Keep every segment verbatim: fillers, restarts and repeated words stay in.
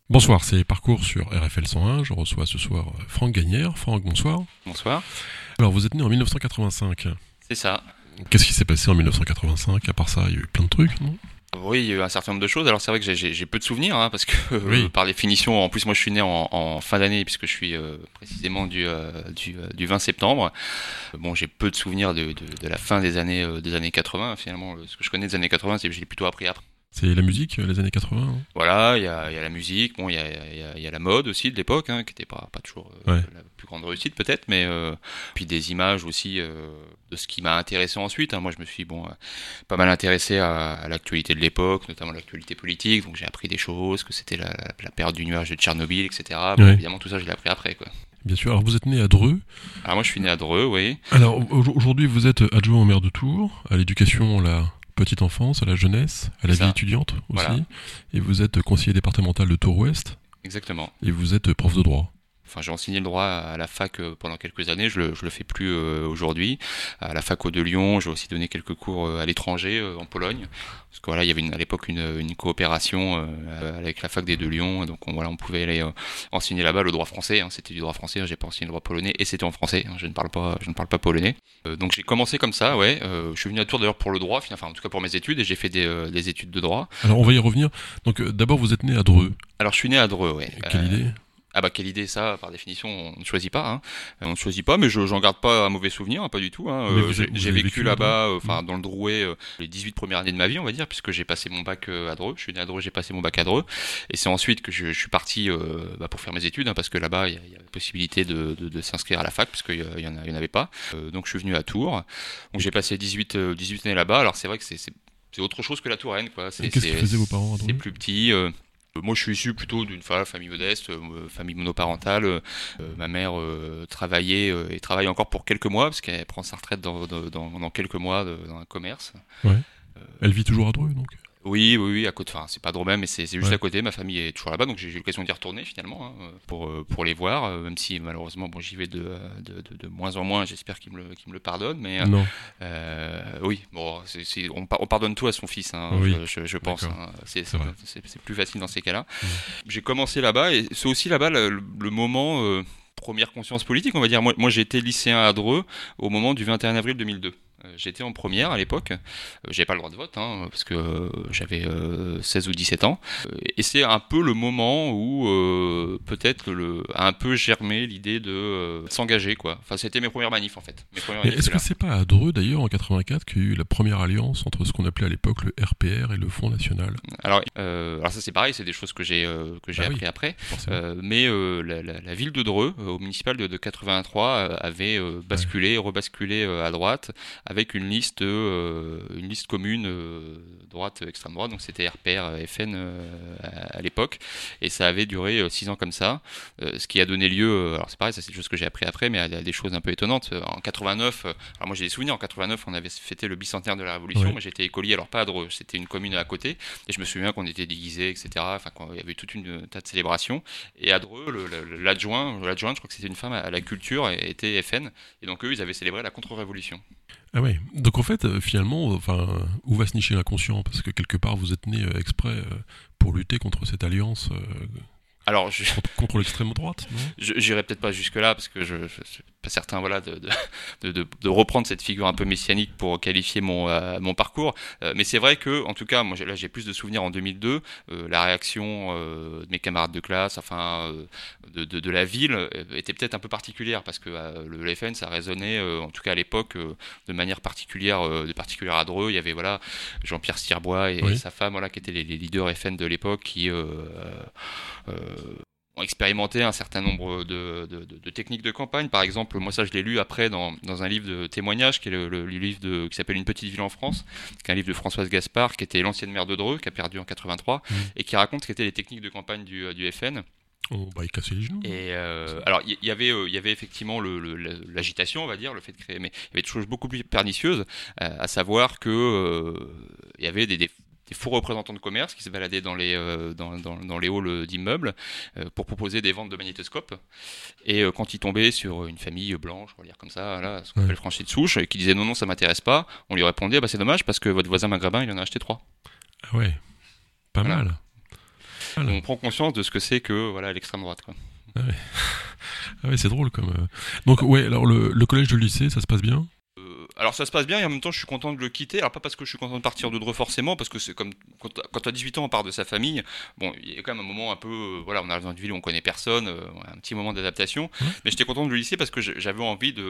Bonsoir, c'est Parcours sur R F L cent un. Je reçois ce soir euh, Franck Gagnère. Franck, bonsoir. Bonsoir. Alors, vous êtes né en mille neuf cent quatre-vingt-cinq. C'est ça. Qu'est-ce qui s'est passé en mille neuf cent quatre-vingt-cinq? À part ça, il y a eu plein de trucs, non? Oui, il y a eu un certain nombre de choses. Alors c'est vrai que j'ai, j'ai, j'ai peu de souvenirs, hein, parce que euh, Oui. par définition, en plus moi je suis né en, en fin d'année puisque je suis euh, précisément du, euh, du, euh, du vingt septembre. Euh, Bon, j'ai peu de souvenirs de, de, de la fin des années euh, des années quatre-vingts. Finalement, euh, ce que je connais des années quatre-vingts, c'est que j'ai plutôt appris après. C'est la musique, euh, les années quatre-vingts, hein. Voilà, il y a, il y a la musique, bon, il y a, il y a, il y a la mode aussi de l'époque, hein, qui n'était pas, pas toujours euh, Ouais. la plus grande réussite peut-être, mais euh, puis des images aussi euh, de ce qui m'a intéressé ensuite, hein. Moi, je me suis bon, euh, pas mal intéressé à, à l'actualité de l'époque, notamment l'actualité politique, donc j'ai appris des choses, que c'était la, la, la période du nuage de Tchernobyl, et cetera. Bon, Ouais. évidemment, tout ça, je l'ai appris après, quoi. Bien sûr. Alors, vous êtes né à Dreux. Alors moi, je suis né à Dreux, oui. Alors, au- aujourd'hui, vous êtes adjoint au maire de Tours, à l'éducation, à la petite enfance, à la jeunesse, à la C'est vie ça. étudiante aussi. Voilà. Et vous êtes conseiller départemental de Tours-Ouest. Exactement. Et vous êtes prof de droit. Enfin, j'ai enseigné le droit à la fac euh, pendant quelques années, je le, je le fais plus euh, aujourd'hui. À la fac de Lyon, j'ai aussi donné quelques cours euh, à l'étranger, euh, en Pologne. Parce que voilà, il y avait une, à l'époque une, une coopération euh, avec la fac des deux Lyon, donc on, voilà, on pouvait aller euh, enseigner là-bas le droit français, hein. C'était du droit français, hein. J'ai pas enseigné le droit polonais et c'était en français, hein. Je ne parle pas, je ne parle pas polonais. Euh, donc j'ai commencé comme ça, ouais. Euh, je suis venu à Tours d'ailleurs pour le droit, enfin en tout cas pour mes études, et j'ai fait des, euh, des études de droit. Alors, on va y revenir. Donc, euh, d'abord, vous êtes né à Dreux. Alors je suis né à Dreux, ouais. Quelle Euh, idée? Ah bah quelle idée ça, par définition on ne choisit pas, hein. Euh, On ne choisit pas, mais je j'en garde pas un mauvais souvenir, hein, pas du tout, hein. Mais Euh, vous j'ai avez, vous j'ai avez vécu vécu là-bas? là-bas, euh, enfin Mmh. dans le Drouet, euh, les dix-huit premières années de ma vie, on va dire, puisque j'ai passé mon bac euh, à Dreux. Je suis né à Dreux, j'ai passé mon bac à Dreux, et c'est ensuite que je, je suis parti euh, bah, pour faire mes études, hein, parce que là-bas il y, a il y a la possibilité de, de, de s'inscrire à la fac, parce qu'il y, a- il y en a- il y en avait pas. Euh, donc je suis venu à Tours, donc j'ai passé dix-huit euh, dix-huit années là-bas. Alors c'est vrai que c'est c'est c'est autre chose que la Touraine, quoi. Et C'est qu'est-ce que c'est faisaient vos parents à c'est Dreux? plus petit. euh, moi, je suis issu plutôt d'une fa- famille modeste, euh, famille monoparentale. Euh, ma mère euh, travaillait euh, et travaille encore pour quelques mois, parce qu'elle prend sa retraite dans, dans, dans- dans quelques mois de- dans un commerce. Ouais. Euh, Elle vit toujours à Dreux, donc. oui, oui, oui, à côté. Enfin, c'est pas Drôme, mais c'est c'est juste Ouais. à côté. Ma famille est toujours là-bas, donc j'ai eu l'occasion d'y retourner finalement, hein, pour euh, pour les voir. euh, Même si malheureusement, bon, j'y vais de, de, de, de moins en moins. J'espère qu'il me le qu'il me le pardonne, mais euh, Non. euh, oui, bon, c'est, c'est- on, par- on pardonne tout à son fils, hein, Oui. je, je, je pense, D'accord. hein. C'est, C'est c'est, vrai. c'est- c'est plus facile dans ces cas-là. Mmh. J'ai commencé là-bas et c'est aussi là-bas le, le- le moment, euh, première conscience politique, on va dire. Moi, moi j'ai été lycéen à Dreux au moment du vingt et un avril deux mille deux. Euh, J'étais en première à l'époque. Euh, J'avais pas le droit de vote, hein, parce que euh, j'avais euh, seize ou dix-sept ans. Euh, Et c'est un peu le moment où euh, peut-être le, a un peu germé l'idée de euh, s'engager, quoi. Enfin, c'était mes premières manifs en fait. Mes premières Mais manifs, est-ce c'est que là. c'est pas à Dreux d'ailleurs en quatre-vingt-quatre qu'il y a eu la première alliance entre ce qu'on appelait à l'époque le R P R et le Front National? Alors, euh, alors ça c'est pareil, c'est des choses que j'ai euh, que j'ai Bah oui, appris après. forcément. Euh, mais euh, la, la- la ville de Dreux, euh, au municipal de, de quatre-vingt-trois, euh, avait euh, basculé, rebasculé euh, à droite avec une liste, euh, une liste commune euh, droite, extrême droite. Donc c'était R P R, F N euh, à, à l'époque, et ça avait duré euh, six ans comme ça. Euh, ce qui a donné lieu, euh, alors c'est pareil, ça c'est des choses que j'ai appris après, mais à, à des choses un peu étonnantes. Euh, En quatre-vingt-neuf, euh, alors moi j'ai des souvenirs. En quatre-vingt-neuf, on avait fêté le bicentenaire de la Révolution. Ouais. Moi j'étais écolier, alors pas à Dreux, c'était une commune à côté. Et je me souviens qu'on était déguisés, et cetera. Enfin, qu'on- il y avait toute une tas de célébrations. Et à Dreux, le- le- l'adjoint, l'adjoint, je crois que c'était une femme à la culture, et était F N. Et donc eux, ils avaient célébré la contre-révolution. Ah ouais. Donc en fait, euh, finalement, euh, enfin, où va se nicher l'inconscient? Parce que quelque part, vous êtes né euh, exprès euh, pour lutter contre cette alliance, euh, Alors, je, contre, contre l'extrême droite, non? je- j'irai peut-être pas jusque-là parce que je, je suis pas certain, voilà, de, de, de, de- de reprendre cette figure un peu messianique pour qualifier mon, euh, mon parcours. Euh, mais c'est vrai que, en tout cas, moi, j'ai- là, j'ai plus de souvenirs en deux mille deux. Euh, la réaction euh, de mes camarades de classe, enfin, euh, de, de, de la ville, euh, était peut-être un peu particulière parce que euh, le F N, ça résonnait, euh, en tout cas à l'époque, euh, de manière particulière, euh, de particulière à Dreux. Il y avait, voilà, Jean-Pierre Stirbois et, et Oui. sa femme, voilà, qui étaient les, les leaders F N de l'époque, qui euh, euh, ont expérimenté un certain nombre de, de, de, de techniques de campagne. Par exemple, moi ça je l'ai lu après dans, dans un livre de témoignages qui est le, le, le livre de, qui s'appelle Une petite ville en France, qui est un livre de Françoise Gaspard, qui était l'ancienne maire de Dreux, qui a perdu en quatre-vingt-trois, Mmh. et qui raconte ce qu'étaient les techniques de campagne du, du F N. On va y casser les genoux. Et euh, alors, il y, y avait, euh, il y avait effectivement le, le- la- l'agitation, on va dire, le fait de créer, mais il y avait des choses beaucoup plus pernicieuses, euh, à savoir que euh, il y avait des, des des faux représentants de commerce qui se baladaient dans les, euh, dans, dans, dans les halls d'immeubles euh, pour proposer des ventes de magnétoscopes. Et euh, quand ils tombaient sur une famille blanche, on va dire comme ça, là, ce qu'on Ouais. appelle franchi de souche, et qui disait non, non, ça m'intéresse pas, on lui répondait, ah bah c'est dommage parce que votre voisin maghrébin, il en a acheté trois. Ah ouais. Pas Voilà. mal. Voilà. On prend conscience de ce que c'est que voilà l'extrême droite, quoi. Ah ouais, ah ouais c'est drôle comme. euh. Donc ouais, alors le, le collège, le lycée, ça se passe bien? Euh, alors ça se passe bien et en même temps je suis content de le quitter. Alors pas parce que je suis content de partir de Dreux forcément, parce que c'est comme quand t'as- quand t'as dix-huit ans on part de sa famille. Bon, il y a quand même un moment un peu, euh, voilà, on arrive dans une ville où on connaît personne, euh, un petit moment d'adaptation. Ouais. Mais j'étais content de le lycée parce que j'ai- j'avais envie de,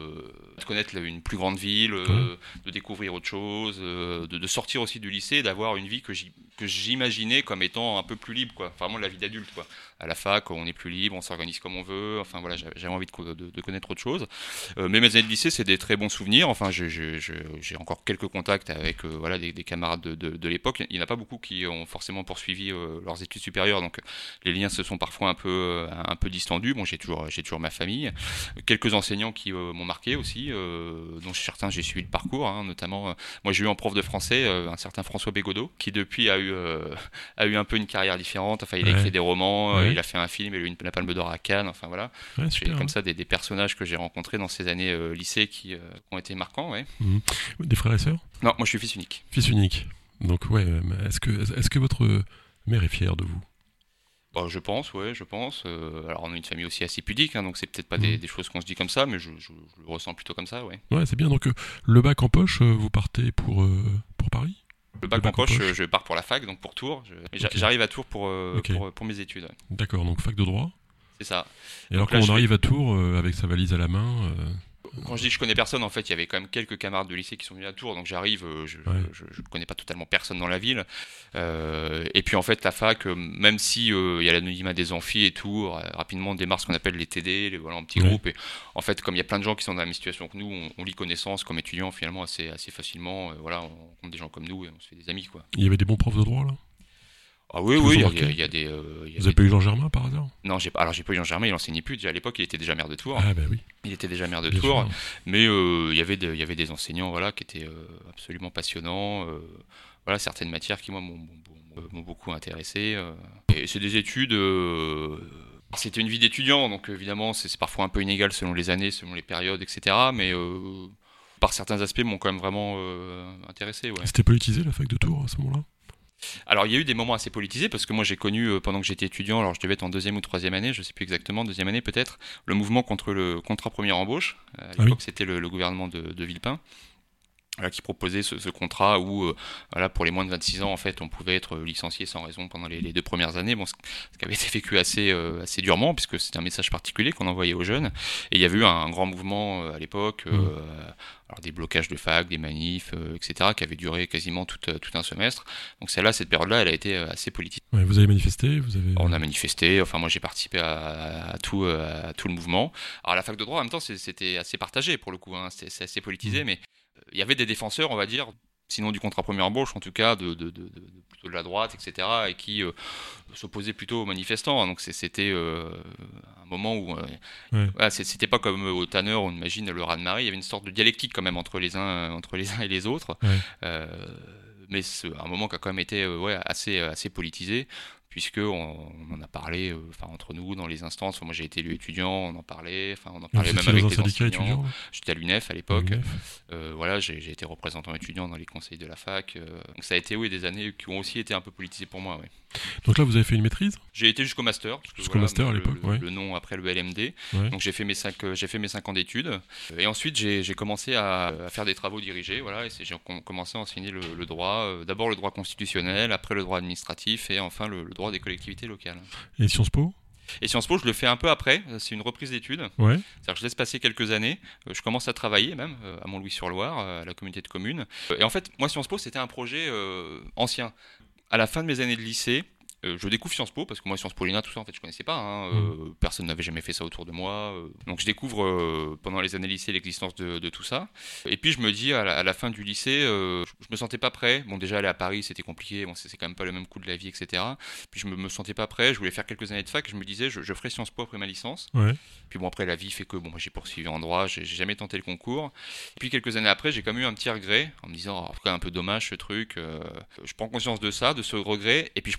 de connaître la- une plus grande ville, euh, Ouais. de découvrir autre chose, euh, de, de sortir aussi du lycée, et d'avoir une vie que j'y- que j'imaginais comme étant un peu plus libre, quoi. Enfin, vraiment la vie d'adulte, quoi. À la fac, on est plus libre, on s'organise comme on veut. Enfin voilà, j'avais j'avais envie de, co- de- de connaître autre chose. Euh, mais mes années de lycée, c'est des très bons souvenirs. Enfin, j'ai j'ai- j'ai- j'ai encore quelques contacts avec euh, voilà, des, des camarades de, de- de l'époque. Il n'y en a pas beaucoup qui ont forcément poursuivi euh, leurs études supérieures, donc les liens se sont parfois un peu, euh, un peu distendus. Bon, j'ai toujours, j'ai toujours ma famille. Quelques enseignants qui euh, m'ont marqué aussi, euh, dont certains j'ai suivi le parcours, hein, notamment. Euh, moi, j'ai eu en prof de français euh, un certain François Bégodeau, qui depuis a eu, euh, a eu un peu une carrière différente. Enfin, il a Ouais. écrit des romans, euh, Ouais. il a fait un film, il a eu une, la Palme d'Or à Cannes. Enfin voilà. Ouais, J'ai super. comme Ouais. ça des, des personnages que j'ai rencontrés dans ces années euh, lycée qui, euh, qui ont été marquants, ouais. Mhm. Des frères et sœurs? Non, moi je suis fils unique. Fils unique. Donc ouais, euh, est-ce que, est-ce que votre mère est fière de vous? Bon, je pense, ouais, je pense. Euh, alors on a une famille aussi assez pudique, hein, donc c'est peut-être pas des, Mhm. des choses qu'on se dit comme ça, mais je, je- je le ressens plutôt comme ça, ouais. Ouais, c'est bien. Donc euh, le bac en poche, euh, vous partez pour, euh, pour Paris? Le bac, Le bac en en poche, poche. euh, je pars pour la fac, donc pour Tours. Je- mais j'a- Ok. J'arrive à Tours pour, euh, Ok. pour, pour mes études, ouais. D'accord, donc fac de droit. C'est ça. Et alors Donc là, quand on je arrive à Tours euh, avec sa valise à la main, euh, Quand je dis que je connais personne, en fait, il y avait quand même quelques camarades de lycée qui sont venus à Tours, donc j'arrive, euh, je, Ouais. je, je connais pas totalement personne dans la ville. Euh, et puis en fait, la fac, euh, même si euh, il y a l'anonymat des amphis et tout, ra- rapidement on démarre ce qu'on appelle les T D, les, voilà, en petits Ouais. groupes. Et en fait, comme il y a plein de gens qui sont dans la même situation que nous, on, on lit connaissance comme étudiants finalement assez, assez facilement. Euh, voilà, on rencontre des gens comme nous et on se fait des amis, quoi. il y avait des bons profs de droit là? Ah oui, Qui vous oui, il y, ont a- il y a- marqué il y a des. euh, il y a Vous des- avez pas eu Jean Germain par hasard? Non, j'ai pas. Alors j'ai pas eu Jean Germain, il enseignait plus. Déjà à l'époque, il était déjà maire de Tours. Ah bah oui, Il était déjà maire de bien Tours. sûr. Mais euh, il y avait des, il y avait des enseignants, voilà, qui étaient euh, absolument passionnants. euh, voilà, certaines matières qui moi m'ont, m'ont- m'ont beaucoup intéressé. euh. Et c'est des études. euh, C'était une vie d'étudiant, donc évidemment c'est c'est parfois un peu inégal selon les années, selon les périodes, et cetera. Mais euh, par certains aspects m'ont quand même vraiment euh, intéressé. Ouais. C'était politisé la fac de Tours à ce moment-là? Alors il y a eu des moments assez politisés parce que moi j'ai connu euh, pendant que j'étais étudiant, alors je devais être en deuxième ou troisième année, je sais plus exactement, deuxième année peut-être, le mouvement contre le contrat première embauche. À Ah l'époque oui. c'était le, le gouvernement de, de Villepin. Voilà, qui proposait ce, ce contrat où, euh, voilà, pour les moins de vingt-six ans, en fait, on pouvait être licencié sans raison pendant les, les deux premières années. Bon, ce, ce qui avait été vécu assez, euh, assez durement, puisque c'était un message particulier qu'on envoyait aux jeunes. Et il y avait eu un, un grand mouvement euh, à l'époque, euh, Mmh. alors des blocages de fac, des manifs, euh, et cetera, qui avaient duré quasiment tout, euh, tout un semestre. Donc celle-là, cette période-là, elle a été euh, assez politique. Ouais, vous avez manifesté, vous avez. On a manifesté, enfin moi j'ai participé à, à tout, euh, à tout le mouvement. Alors la fac de droit en même temps c'est- c'était assez partagé pour le coup, hein. C'était- c'est assez politisé, Mmh. mais euh, il y avait des défenseurs, on va dire, sinon du contrat première embauche, en tout cas de, de, de, de- de- plutôt de la droite, et cetera, et qui euh, s'opposaient plutôt aux manifestants, hein. Donc c'est- c'était euh, un moment où euh, Ouais. voilà, c'est- c'était pas comme au Tanner, on imagine le raz-de-marée, il y avait une sorte de dialectique quand même entre les uns, entre les uns et les autres. Ouais. Euh, mais c'est un moment qui a quand même été euh, ouais, assez, assez politisé, puisque on, on en a parlé euh, enfin, entre nous dans les instances. Enfin, moi j'ai été élu étudiant, on en parlait, enfin, on en Vous parlait même étiez avec dans un les syndicat enseignants. étudiant là? J'étais à l'U N E F à À l'époque. l'U N F? Euh, voilà, j'ai j'ai été représentant étudiant dans les conseils de la fac. euh, donc ça a été oui, des années qui ont aussi été un peu politisées pour moi. Ouais. Donc là, vous avez fait une maîtrise? J'ai été jusqu'au master. parce que Jusqu'au master à le- l'époque, le, ouais. le nom après le L M D. Ouais. Donc j'ai fait mes cinq, euh, j'ai fait mes cinq ans d'études. Et ensuite j'ai j'ai commencé à, à faire des travaux dirigés. Voilà, et c'est- j'ai com- commencé à enseigner le, le droit. euh, D'abord le droit constitutionnel, après le droit administratif et enfin le, le droit des collectivités locales. Et Sciences Po? Et Sciences Po, je le fais un peu après. euh, C'est une reprise d'études. Ouais. C'est-à-dire que je laisse passer quelques années. euh, Je commence à travailler même euh, à Montlouis-sur-Loire, euh, à la communauté de communes. Euh, Et en fait, moi Sciences Po, c'était un projet euh, ancien. À la fin de mes années de lycée, euh, je découvre Sciences Po, parce que moi Sciences Po Léna, tout ça en fait je connaissais pas, hein, euh, personne n'avait jamais fait ça autour de moi, euh. donc je découvre euh, pendant les années lycée l'existence de, de tout ça, et puis je me dis à la, à la fin du lycée, euh, je, je me sentais pas prêt, bon déjà aller à Paris c'était compliqué, bon, c'est c'est quand même pas le même coût de la vie, etc. Puis je me, me sentais pas prêt, je voulais faire quelques années de fac, je me disais je, je ferai Sciences Po après ma licence, Ouais. puis bon après la vie fait que bon moi, j'ai poursuivi en droit, j'ai j'ai jamais tenté le concours, et puis quelques années après j'ai quand même eu un petit regret, en me disant oh, quand même un peu dommage ce truc, euh, je prends conscience de ça, de ce regret, et puis je prends aussi conscience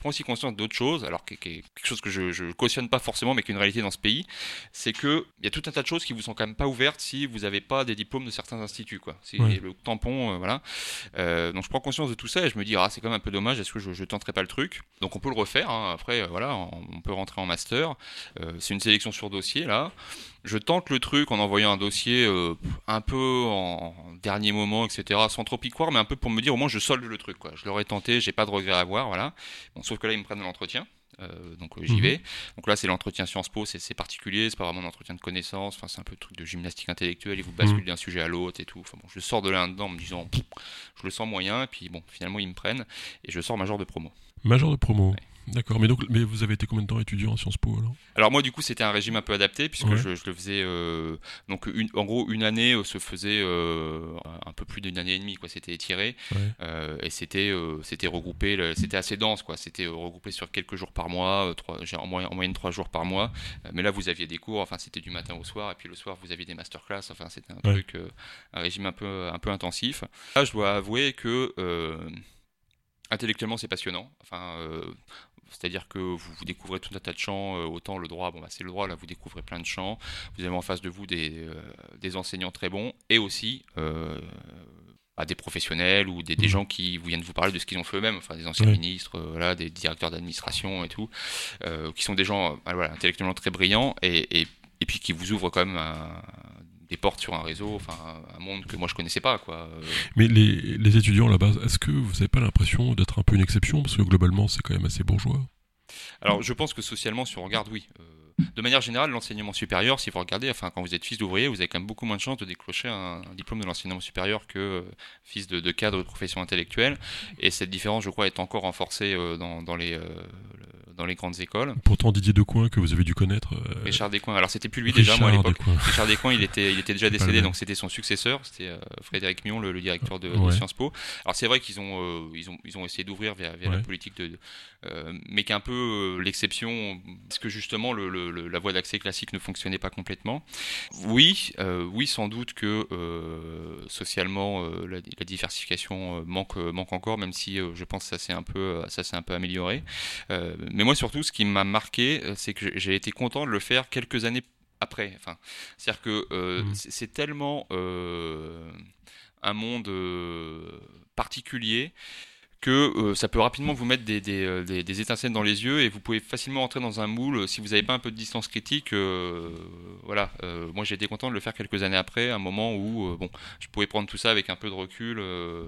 conscience d'autre chose, alors que, que, quelque chose que je ne cautionne pas forcément, mais qui est une réalité dans ce pays, c'est qu'il y a tout un tas de choses qui vous sont quand même pas ouvertes si vous n'avez pas des diplômes de certains instituts, quoi. C'est ouais. le tampon, euh, voilà. Euh, donc je prends conscience de tout ça et je me dis, ah, c'est quand même un peu dommage, est-ce que je ne tenterai pas le truc? Donc on peut le refaire, hein. Après, euh, voilà, on, on peut rentrer en master. Euh, c'est une sélection sur dossier, là. Je tente le truc en envoyant un dossier euh, un peu en, en dernier moment, et cetera, sans trop y croire, mais un peu pour me dire au moins je solde le truc, quoi. Je l'aurais tenté, j'ai pas de regret à avoir, voilà. Bon, sauf que là ils me prennent l'entretien, euh, donc euh, j'y mmh. vais. Donc là c'est l'entretien Sciences Po, c'est, c'est particulier, c'est pas vraiment un entretien de connaissances, enfin c'est un peu le truc de gymnastique intellectuelle, ils vous basculent mmh. d'un sujet à l'autre et tout. Enfin bon, je sors de là dedans en me disant, je le sens moyen, et puis bon, finalement ils me prennent et je sors major de promo. Major de promo. Ouais. D'accord, mais donc mais vous avez été combien de temps étudiant à Sciences Po alors? Alors moi du coup c'était un régime un peu adapté puisque ouais. je, je le faisais euh, donc une, en gros une année euh, se faisait euh, un peu plus d'une année et demie, quoi, c'était étiré ouais. euh, et c'était euh, c'était regroupé, le, c'était assez dense, quoi, c'était euh, regroupé sur quelques jours par mois, euh, trois, en, moyenne, en moyenne trois jours par mois, euh, mais là vous aviez des cours, enfin c'était du matin au soir et puis le soir vous aviez des masterclass, enfin c'était un ouais. truc euh, un régime un peu un peu intensif. Là je dois avouer que euh, intellectuellement c'est passionnant, enfin euh, c'est-à-dire que vous, vous découvrez tout un tas de champs, euh, autant le droit, bon bah c'est le droit, là vous découvrez plein de champs, vous avez en face de vous des, euh, des enseignants très bons, et aussi euh, bah, des professionnels ou des, des gens qui vous viennent vous parler de ce qu'ils ont fait eux-mêmes, enfin des anciens oui. ministres, euh, voilà, des directeurs d'administration et tout, euh, qui sont des gens euh, voilà, intellectuellement très brillants, et, et, et puis qui vous ouvrent quand même un, des portes sur un réseau, enfin un monde que moi je connaissais pas, quoi. Mais les, les étudiants là-bas, est-ce que vous n'avez pas l'impression d'être un peu une exception, parce que globalement c'est quand même assez bourgeois? Alors je pense que socialement, si on regarde, oui. Euh, de manière générale, l'enseignement supérieur, si vous regardez, enfin quand vous êtes fils d'ouvrier, vous avez quand même beaucoup moins de chances de décrocher un, un diplôme de l'enseignement supérieur que euh, fils de, de cadre de profession intellectuelle. Et cette différence, je crois, est encore renforcée euh, dans, dans les euh, le, dans les grandes écoles. Pourtant Didier Decoing, que vous avez dû connaître. Euh... Richard Descoings. Alors c'était plus lui Richard déjà, moi à l'époque. Descoings. Richard Descoings, il était, il était déjà décédé, donc c'était son successeur, c'était euh, Frédéric Mion, le, le directeur de, ouais. de Sciences Po. Alors c'est vrai qu'ils ont, euh, ils ont, ils ont essayé d'ouvrir vers, vers ouais. la politique de, de euh, mais qu'un peu euh, l'exception, parce que justement le, le, le, la voie d'accès classique ne fonctionnait pas complètement. Oui, euh, oui, sans doute que euh, socialement euh, la, la diversification euh, manque, euh, manque encore, même si euh, je pense que ça s'est un peu, ça s'est un peu amélioré. Euh, mais moi surtout, ce qui m'a marqué, c'est que j'ai été content de le faire quelques années après. Enfin, c'est-à-dire que euh, mmh. c'est, c'est tellement euh, un monde euh, particulier que euh, ça peut rapidement vous mettre des, des, des, des étincelles dans les yeux et vous pouvez facilement entrer dans un moule si vous n'avez pas un peu de distance critique. Euh, voilà, euh, moi j'ai été content de le faire quelques années après, un moment où euh, bon, je pouvais prendre tout ça avec un peu de recul, euh,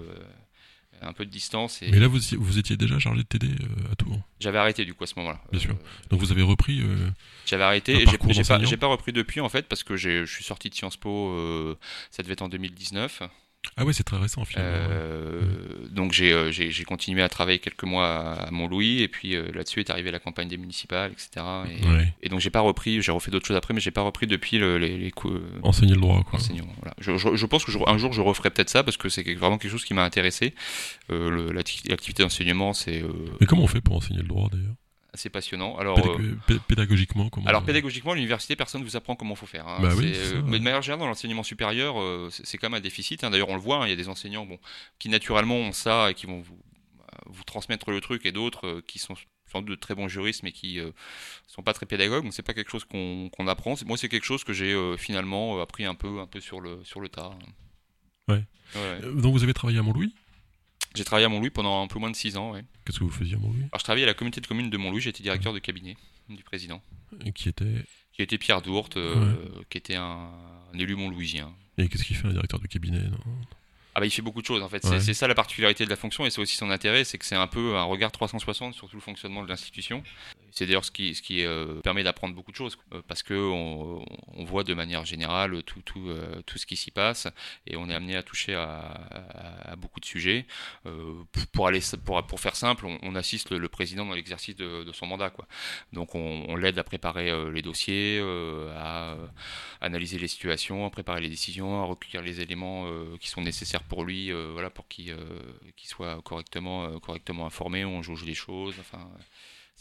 un peu de distance. Et... Mais là, vous, vous étiez déjà chargé de T D euh, à Tours? J'avais arrêté du coup à ce moment-là. Bien euh, sûr. Donc vous avez repris euh, J'avais arrêté et j'ai, j'ai, pas, j'ai pas repris depuis en fait parce que j'ai, je suis sorti de Sciences Po, euh, ça devait être en deux mille dix-neuf. Ah ouais, c'est très récent finalement. Euh, ouais. Donc j'ai, euh, j'ai, j'ai continué à travailler quelques mois à, à Montlouis et puis euh, là-dessus est arrivée la campagne des municipales, et cetera. Et, ouais. et donc j'ai pas repris, j'ai refait d'autres choses après, mais j'ai pas repris depuis le, les, les coups. Euh, Enseigner le droit, quoi. Voilà. Je, je, je pense que je, un jour je referai peut-être ça parce que c'est vraiment quelque chose qui m'a intéressé. Euh, le, l'activité d'enseignement, c'est. Euh... Mais comment on fait pour enseigner le droit d'ailleurs? Assez passionnant. Alors, Pédag- euh, pédagogiquement, comment alors pédagogiquement, à l'université, personne ne vous apprend comment il faut faire. Hein. Bah c'est, oui, c'est ça, euh, ouais. Mais de manière générale, dans l'enseignement supérieur, euh, c'est, c'est quand même un déficit. Hein. D'ailleurs, on le voit, hein, il y a des enseignants bon, qui naturellement ont ça et qui vont vous, vous transmettre le truc, et d'autres euh, qui sont sans doute de très bons juristes, mais qui ne euh, sont pas très pédagogues. Donc, c'est pas quelque chose qu'on, qu'on apprend. C'est, moi, c'est quelque chose que j'ai euh, finalement appris un peu, un peu sur le, sur le tas. Ouais. ouais. Donc, vous avez travaillé à Montlouis? J'ai travaillé à Montlouis pendant un peu moins de six ans. Ouais. Qu'est-ce que vous faisiez à Montlouis? Alors, je travaillais à la communauté de communes de Montlouis, j'étais directeur de cabinet du président. Et qui était Qui était Pierre Dourte, euh, ouais. qui était un, un élu montlouisien. Et qu'est-ce qu'il fait un directeur de cabinet? Non Ah bah il fait beaucoup de choses en fait, ouais. c'est, c'est ça la particularité de la fonction et c'est aussi son intérêt, c'est que c'est un peu un regard trois cent soixante sur tout le fonctionnement de l'institution. C'est d'ailleurs ce qui, ce qui euh, permet d'apprendre beaucoup de choses, euh, parce qu'on on voit de manière générale tout, tout, euh, tout ce qui s'y passe et on est amené à toucher à, à, à beaucoup de sujets. Euh, pour, aller, pour, pour faire simple, on, on assiste le, le président dans l'exercice de, de son mandat, quoi. Donc on, on l'aide à préparer euh, les dossiers, euh, à euh, analyser les situations, à préparer les décisions, à recueillir les éléments euh, qui sont nécessaires pour lui, euh, voilà, pour qu'il, euh, qu'il soit correctement, euh, correctement informé, on jauge les choses, enfin...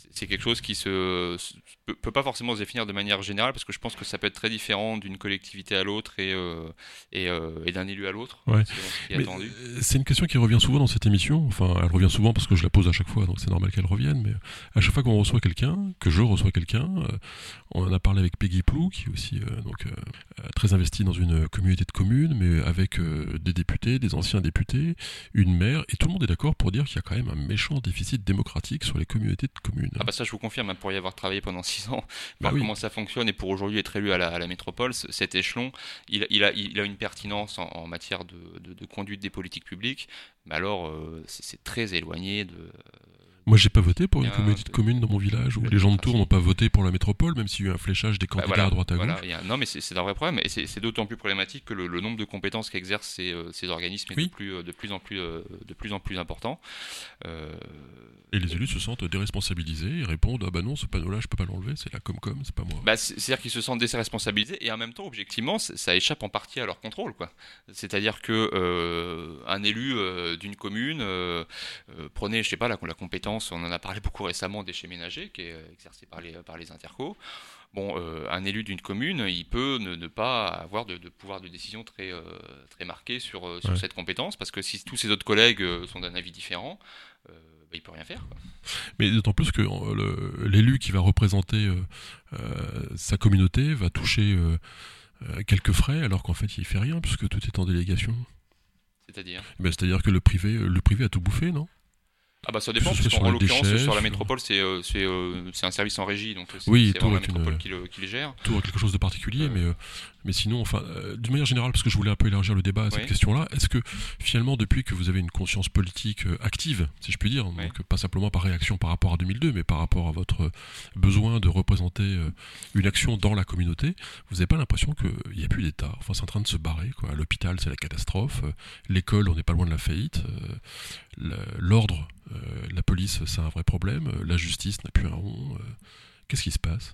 c'est quelque chose qui se, se peut, peut pas forcément se définir de manière générale parce que je pense que ça peut être très différent d'une collectivité à l'autre et, euh, et, euh, et d'un élu à l'autre, Ouais. selon ce qui est Mais attendu. euh, c'est une question qui revient souvent dans cette émission. Enfin, elle revient souvent parce que je la pose à chaque fois, donc c'est normal qu'elle revienne. Mais à chaque fois qu'on reçoit quelqu'un, que je reçois quelqu'un, euh, on en a parlé avec Peggy Plou, qui est aussi euh, donc, euh, très investie dans une communauté de communes, mais avec euh, des députés, des anciens députés, une maire, et tout le monde est d'accord pour dire qu'il y a quand même un méchant déficit démocratique sur les communautés de communes. Ah bah ça je vous confirme, hein, pour y avoir travaillé pendant six ans, Bah voir oui. comment ça fonctionne et pour aujourd'hui être élu à la, à la métropole, c- cet échelon, il, il a, il a une pertinence en, en matière de, de- de conduite des politiques publiques, mais alors euh, c'est c'est très éloigné de... Moi, j'ai pas voté pour une bien communauté de de- communes dans mon village, où de la les gens de démocratie. Tours n'ont pas voté pour la métropole, même s'il y a eu un fléchage des Bah candidats voilà, à droite à voilà. gauche. Il y a- non mais c'est c'est un vrai problème et c'est c'est d'autant plus problématique que le, le nombre de compétences qu'exercent ces, euh, ces organismes est de Oui. plus, euh, de plus en plus, euh, de plus en plus important. Euh, Et les élus se sentent déresponsabilisés, ils répondent: ah bah non, ce panneau-là, je peux pas l'enlever, c'est la Comcom, c'est pas moi. Bah, c'est- c'est-à-dire qu'ils se sentent déresponsabilisés et en même temps, objectivement, c- ça échappe en partie à leur contrôle, quoi. C'est-à-dire que euh, un élu euh, d'une commune, euh, euh, prenez, je sais pas, la, la compétence, on en a parlé beaucoup récemment, déchets ménagers, qui est euh, exercée par les, par les intercos. Bon, euh, un élu d'une commune, il peut ne, ne pas avoir de, de pouvoir de décision très, euh, très marqué sur, euh, sur Ouais. cette compétence, parce que si tous ses autres collègues euh, sont d'un avis différent, euh, bah, il peut rien faire, quoi. Mais d'autant plus que euh, le- l'élu qui va représenter euh, euh, sa communauté va toucher euh, euh, quelques frais, alors qu'en fait, il fait rien, puisque tout est en délégation. C'est-à-dire. Eh ben, c'est-à-dire que le privé, le privé a tout bouffé, non? Ah bah ça Que dépend, ce soit parce sur qu'en en les l'occurrence déchets, sur la sur- métropole c'est euh, c'est euh, c'est un service en régie, donc euh, c'est Oui, c'est tout vraiment la est une- métropole qui le, qui le gère. Tout a quelque chose de particulier, Euh. mais, euh, mais sinon, enfin, euh, d'une manière générale, parce que je voulais un peu élargir le débat à cette Oui. question-là, est-ce que finalement, depuis que vous avez une conscience politique euh, active, si je puis dire, Oui. donc pas simplement par réaction par rapport à deux mille deux, mais par rapport à votre euh, besoin de représenter euh, une action dans la communauté, vous n'avez pas l'impression qu'il n'y a plus d'État? Enfin, c'est en train de se barrer, quoi. L'hôpital, c'est la catastrophe. euh, L'école, on n'est pas loin de la faillite. euh, la- L'ordre, euh, la police, c'est un vrai problème. euh, La justice n'a plus un rond. euh, Qu'est-ce qui se passe?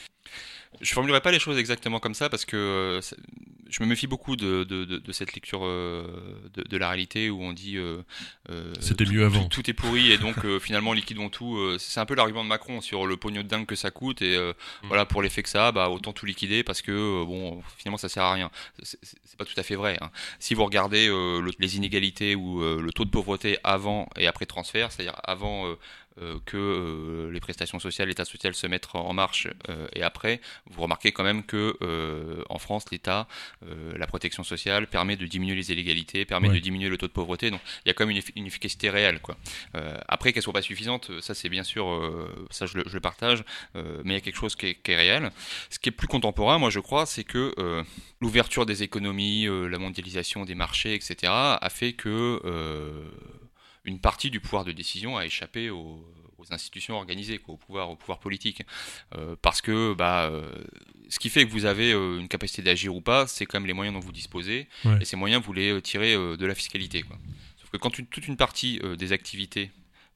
Je formulerai pas les choses exactement comme ça parce que euh, c'est- je me méfie beaucoup de, de, de, de cette lecture euh, de, de la réalité où on dit euh, euh, C'était tout- mieux avant. Tout, tout est pourri et donc euh, finalement liquidons tout. euh, c'est un peu l'argument de Macron sur le pognon de dingue que ça coûte et euh, Mm. voilà pour l'effet que ça a, bah, autant tout liquider parce que euh, bon finalement ça sert à rien. C'est c'est- c'est pas tout à fait vrai, hein. Si vous regardez euh, le- les inégalités ou euh, le taux de pauvreté avant et après transfert, c'est-à-dire avant euh, euh, que euh, les prestations sociales, l'État social se mettent en marche euh, et après, vous remarquez quand même que euh, en France, l'État, euh, la protection sociale permet de diminuer les inégalités, permet Ouais. de diminuer le taux de pauvreté. Donc il y a quand même une, effi- une efficacité réelle, quoi. Euh, après, qu'elle soit pas suffisante, ça c'est bien sûr, euh, ça je le, je le partage, euh, mais il y a quelque chose qui est, qui est réel. Ce qui est plus contemporain, moi je crois, c'est que euh, l'ouverture des économies, euh, la mondialisation des marchés, et cetera, a fait que euh, une partie du pouvoir de décision a échappé aux, aux institutions organisées, quoi, au pouvoir, au pouvoir politique. Euh, parce que bah, euh, ce qui fait que vous avez euh, une capacité d'agir ou pas, c'est quand même les moyens dont vous disposez, Ouais. et ces moyens, vous les euh, tirez euh, de la fiscalité, quoi. Sauf que quand une- toute une partie euh, des activités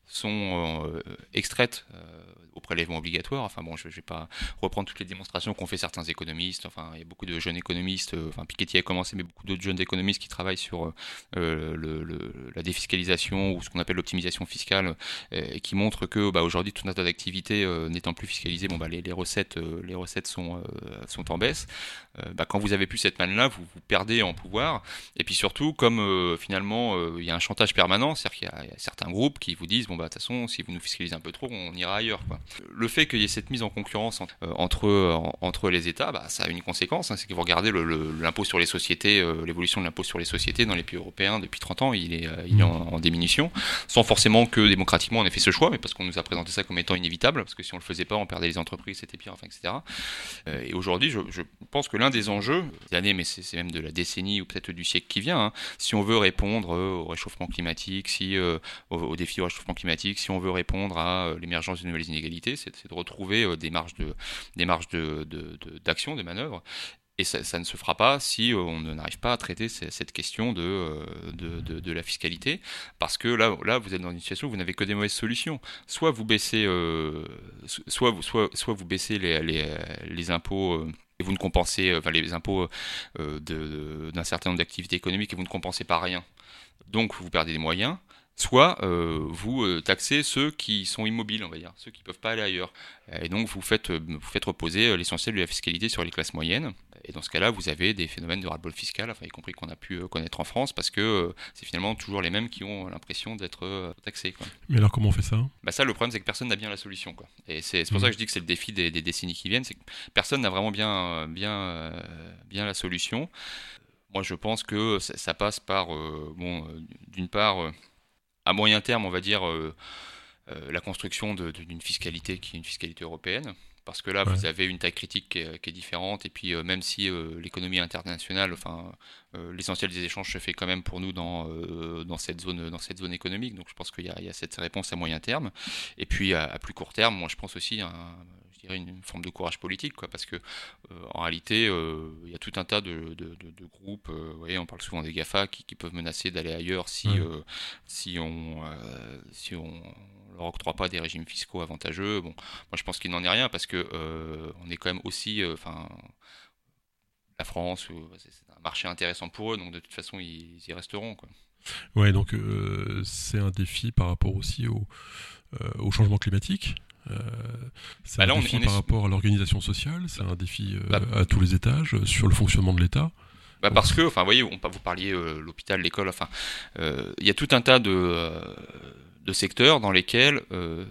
sont euh, extraites euh, au prélèvement obligatoire. Enfin bon, je ne vais pas reprendre toutes les démonstrations qu'ont fait certains économistes. Enfin, il y a beaucoup de jeunes économistes. euh, Enfin, Piketty a commencé, mais beaucoup d'autres jeunes économistes qui travaillent sur euh, le, le- la défiscalisation ou ce qu'on appelle l'optimisation fiscale, euh, et qui montrent que bah, aujourd'hui tout un tas d'activités euh, n'étant plus fiscalisées, bon bah les, les recettes, euh, les recettes sont euh, sont en baisse. Euh, bah, quand vous avez plus cette manne-là, vous, vous perdez en pouvoir. Et puis surtout, comme euh, finalement euh, il y a un chantage permanent, c'est-à-dire qu'il y a, il y a certains groupes qui vous disent bon bah de toute façon, si vous nous fiscalisez un peu trop, on ira ailleurs, quoi. Le fait qu'il y ait cette mise en concurrence entre, euh, entre, en- entre les États, bah, ça a une conséquence, hein, c'est que vous regardez le- le- l'impôt sur les sociétés, euh, l'évolution de l'impôt sur les sociétés dans les pays européens depuis trente ans, il est, euh, il est en, en diminution, sans forcément que démocratiquement on ait fait ce choix, mais parce qu'on nous a présenté ça comme étant inévitable, parce que si on le faisait pas, on perdait les entreprises, c'était pire, enfin, et cetera. Euh, et aujourd'hui, je, je pense que l'un des enjeux des années, mais c'est c'est même de la décennie ou peut-être du siècle qui vient, hein, si on veut répondre euh, au réchauffement climatique, si euh, au, au défi du réchauffement climatique, si on veut répondre à euh, l'émergence de nouvelles inégalités, c'est c'est de retrouver euh, des marges de des marges de, de, de- d'action, de manœuvre. Et ça, ça ne se fera pas si euh, on ne- n'arrive pas à traiter ce- cette question de, euh, de, de, de la fiscalité, parce que là, là, vous êtes dans une situation où vous n'avez que des mauvaises solutions. Soit vous baissez, euh, so- soit, vous, soit, soit vous baissez les, les, les impôts. euh, et vous ne compensez, euh, enfin les impôts euh, de- d'un certain nombre d'activités économiques et vous ne compensez pas rien. Donc vous perdez des moyens. soit euh, vous euh, taxez ceux qui sont immobiles, on va dire, ceux qui ne peuvent pas aller ailleurs. Et donc vous faites, euh, vous faites reposer l'essentiel de la fiscalité sur les classes moyennes. Et dans ce cas-là, vous avez des phénomènes de ras-le-bol fiscal, enfin, y compris qu'on a pu euh, connaître en France, parce que euh, c'est finalement toujours les mêmes qui ont l'impression d'être euh, taxés, quoi. Mais alors comment on fait ça? Bah ça, le problème, c'est que personne n'a bien la solution, quoi. Et c'est, c'est pour Mmh. ça que je dis que c'est le défi des, des décennies qui viennent, c'est que personne n'a vraiment bien, bien, euh, bien la solution. Moi, je pense que ça, ça passe par, euh, bon, euh, d'une part, euh, à moyen terme, on va dire, euh, euh, la construction de- de- d'une fiscalité qui est une fiscalité européenne. Parce que là, Ouais. vous avez une taille critique qui est, qui est différente, et puis euh, même si euh, l'économie internationale, enfin, euh, l'essentiel des échanges se fait quand même pour nous dans, euh, dans, cette zone, dans cette zone économique, donc je pense qu'il y a, il y a cette réponse à moyen terme. Et puis à, à plus court terme, moi je pense aussi à un- je dirais une, une forme de courage politique, quoi, parce que euh, en réalité, euh, il y a tout un tas de, de- de- de groupes, euh, vous voyez, on parle souvent des GAFA, qui, qui peuvent menacer d'aller ailleurs si, Ouais. euh, si on euh, si on leur octroie pas des régimes fiscaux avantageux. Bon, moi je pense qu'il n'en est rien parce que euh, on est quand même aussi, euh, enfin, la France, euh, c'est c'est un marché intéressant pour eux, donc de toute façon ils, ils y resteront, quoi. Ouais, donc euh, c'est un défi par rapport aussi au, euh, au changement climatique. Euh, c'est Bah un là on est, défi on est par su- rapport à l'organisation sociale, c'est un défi bah, euh, à tous les étages, euh, sur le fonctionnement de l'État. bah Donc, parce que, enfin, vous voyez, on, vous parliez euh, l'hôpital, l'école, enfin, euh, il y a tout un tas de, euh, de secteurs dans lesquels euh,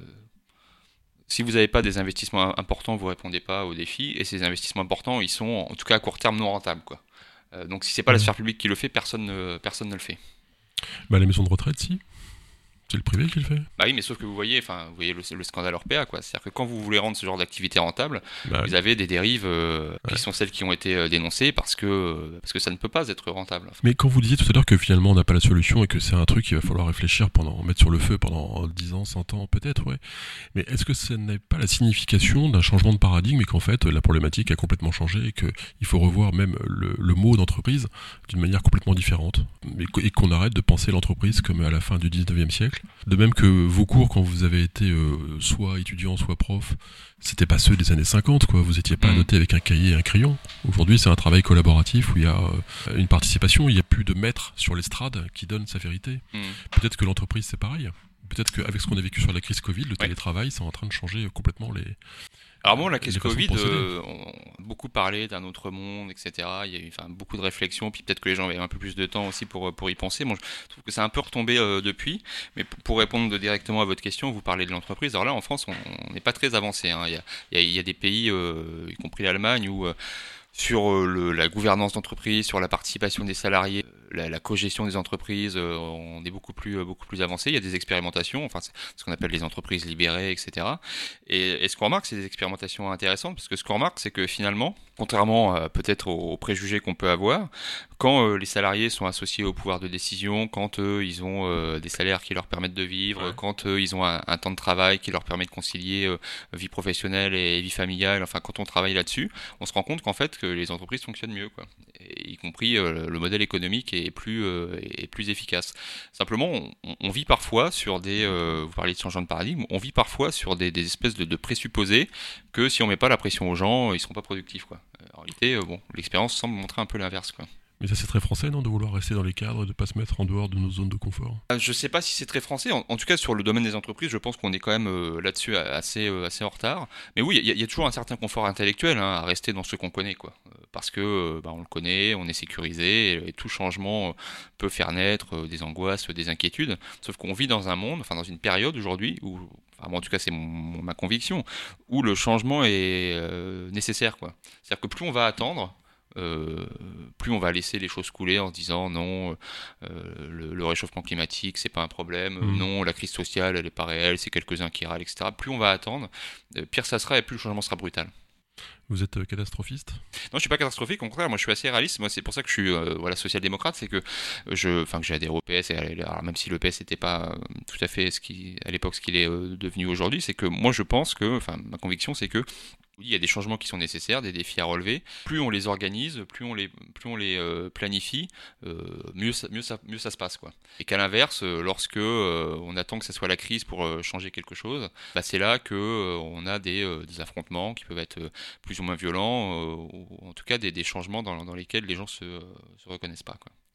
si vous n'avez pas des investissements importants, vous répondez pas aux défis, et ces investissements importants, ils sont en tout cas à court terme non rentables, quoi. Euh, donc si c'est pas la ouais. sphère publique qui le fait, personne ne, personne ne le fait. Bah, les maisons de retraite, si. C'est le privé qui le fait. Bah oui, mais sauf que vous voyez, enfin, vous voyez le, le scandale Orpea, quoi. C'est-à-dire que quand vous voulez rendre ce genre d'activité rentable, Bah, vous avez des dérives euh, qui ouais. sont celles qui ont été euh, dénoncées parce que, euh, parce que ça ne peut pas être rentable. Mais quand vous disiez tout à l'heure que finalement on n'a pas la solution et que c'est un truc qu'il va falloir réfléchir pendant, mettre sur le feu pendant dix ans, cent ans, peut-être, ouais. Mais est-ce que ça n'est pas la signification d'un changement de paradigme et qu'en fait la problématique a complètement changé et qu'il faut revoir même le, le mot d'entreprise d'une manière complètement différente et qu'- et qu'on arrête de penser l'entreprise comme à la fin du dix-neuvième siècle? De même que vos cours, quand vous avez été euh, soit étudiant, soit prof, c'était pas ceux des années cinquante, quoi. Vous étiez pas Mm. noté avec un cahier et un crayon. Aujourd'hui, c'est un travail collaboratif où il y a euh, une participation, il n'y a plus de maître sur l'estrade qui donne sa vérité. Mm. Peut-être que l'entreprise, c'est pareil. Peut-être qu'avec ce qu'on a vécu sur la crise Covid, le Ouais. télétravail, c'est en train de changer complètement les, Alors bon, la les crise façons de Covid, procéder. euh, on a beaucoup parlé d'un autre monde, et cetera. Il y a eu enfin, beaucoup de réflexions, puis peut-être que les gens avaient un peu plus de temps aussi pour, pour y penser. Moi, je trouve que c'est un peu retombé euh, depuis. Mais p- pour répondre directement à votre question, vous parlez de l'entreprise. Alors là, en France, on on n'est pas très avancé, hein. Il y a, il y a- il y a des pays, euh, y compris l'Allemagne, où euh, sur euh, le- la gouvernance d'entreprise, sur la participation des salariés, euh, la, la cogestion des entreprises, euh, on est beaucoup plus, euh, beaucoup plus avancé. Il y a des expérimentations, enfin, c'est ce qu'on appelle les entreprises libérées, et cetera. Et, et ce qu'on remarque, c'est des expérimentations intéressantes, parce que ce qu'on remarque, c'est que finalement, contrairement euh, peut-être aux, aux préjugés qu'on peut avoir, quand euh, les salariés sont associés au pouvoir de décision, quand eux, ils ont euh, des salaires qui leur permettent de vivre, Ouais. quand eux, ils ont un, un temps de travail qui leur permet de concilier euh, vie professionnelle et vie familiale, enfin, quand on travaille là-dessus, on se rend compte qu'en fait, que les entreprises fonctionnent mieux, quoi. Et, y compris euh, le modèle économique est plus, euh, est plus efficace. Simplement, on, on vit parfois sur des, euh, vous parlez de changement de paradigme, on vit parfois sur des, des espèces de, de présupposés que si on met pas la pression aux gens, ils seront pas productifs, quoi. Euh, En réalité, euh, bon, l'expérience semble montrer un peu l'inverse, quoi. Mais ça, c'est très français, non, de vouloir rester dans les cadres et de pas se mettre en dehors de nos zones de confort. Euh, Je sais pas si c'est très français. En, en tout cas, sur le domaine des entreprises, je pense qu'on est quand même euh, là-dessus a- assez, euh, assez en retard. Mais oui, il y, a- il y a toujours un certain confort intellectuel, hein, à rester dans ce qu'on connaît, quoi. Euh, Parce que euh, bah, on le connaît, on est sécurisé, et, et tout changement euh, peut faire naître euh, des angoisses, des inquiétudes. Sauf qu'on vit dans un monde, enfin dans une période aujourd'hui où, enfin, moi, en tout cas, c'est mon- ma conviction, où le changement est euh, nécessaire, quoi. C'est-à-dire que plus on va attendre, euh, plus on va laisser les choses couler en se disant non, euh, le, le réchauffement climatique c'est pas un problème, euh, Mm. non, la crise sociale elle est pas réelle, c'est quelques-uns qui râlent, et cetera. Plus on va attendre, euh, pire ça sera et plus le changement sera brutal. Vous êtes euh, catastrophiste? Non, je suis pas catastrophique, au contraire, moi je suis assez réaliste. Moi, c'est pour ça que je suis euh, voilà, social-démocrate, c'est que je, enfin que j'ai adhéré au P S, et alors, même si le P S n'était pas euh, tout à fait ce qui, à l'époque, ce qu'il est euh, devenu aujourd'hui, c'est que moi je pense que, enfin ma conviction c'est que oui, il y a des changements qui sont nécessaires, des défis à relever. Plus on les organise, plus on les, plus on les euh, planifie, euh, mieux, ça, mieux, ça, mieux ça se passe, quoi. Et qu'à l'inverse, euh, lorsque euh, on attend que ce soit la crise pour euh, changer quelque chose, bah, c'est là que euh, on a des, euh, des affrontements qui peuvent être euh, plus ou moins violents, euh, ou en tout cas des, des changements dans, dans lesquels les gens se, se reconnaissent pas, quoi.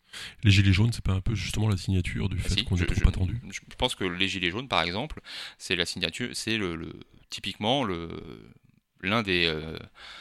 Les gilets jaunes, c'est pas un peu justement la signature du Ah, fait si, qu'on je, est trop je- attendu? je pense que les gilets jaunes, par exemple, c'est la signature, c'est le, le- typiquement le l'un des euh,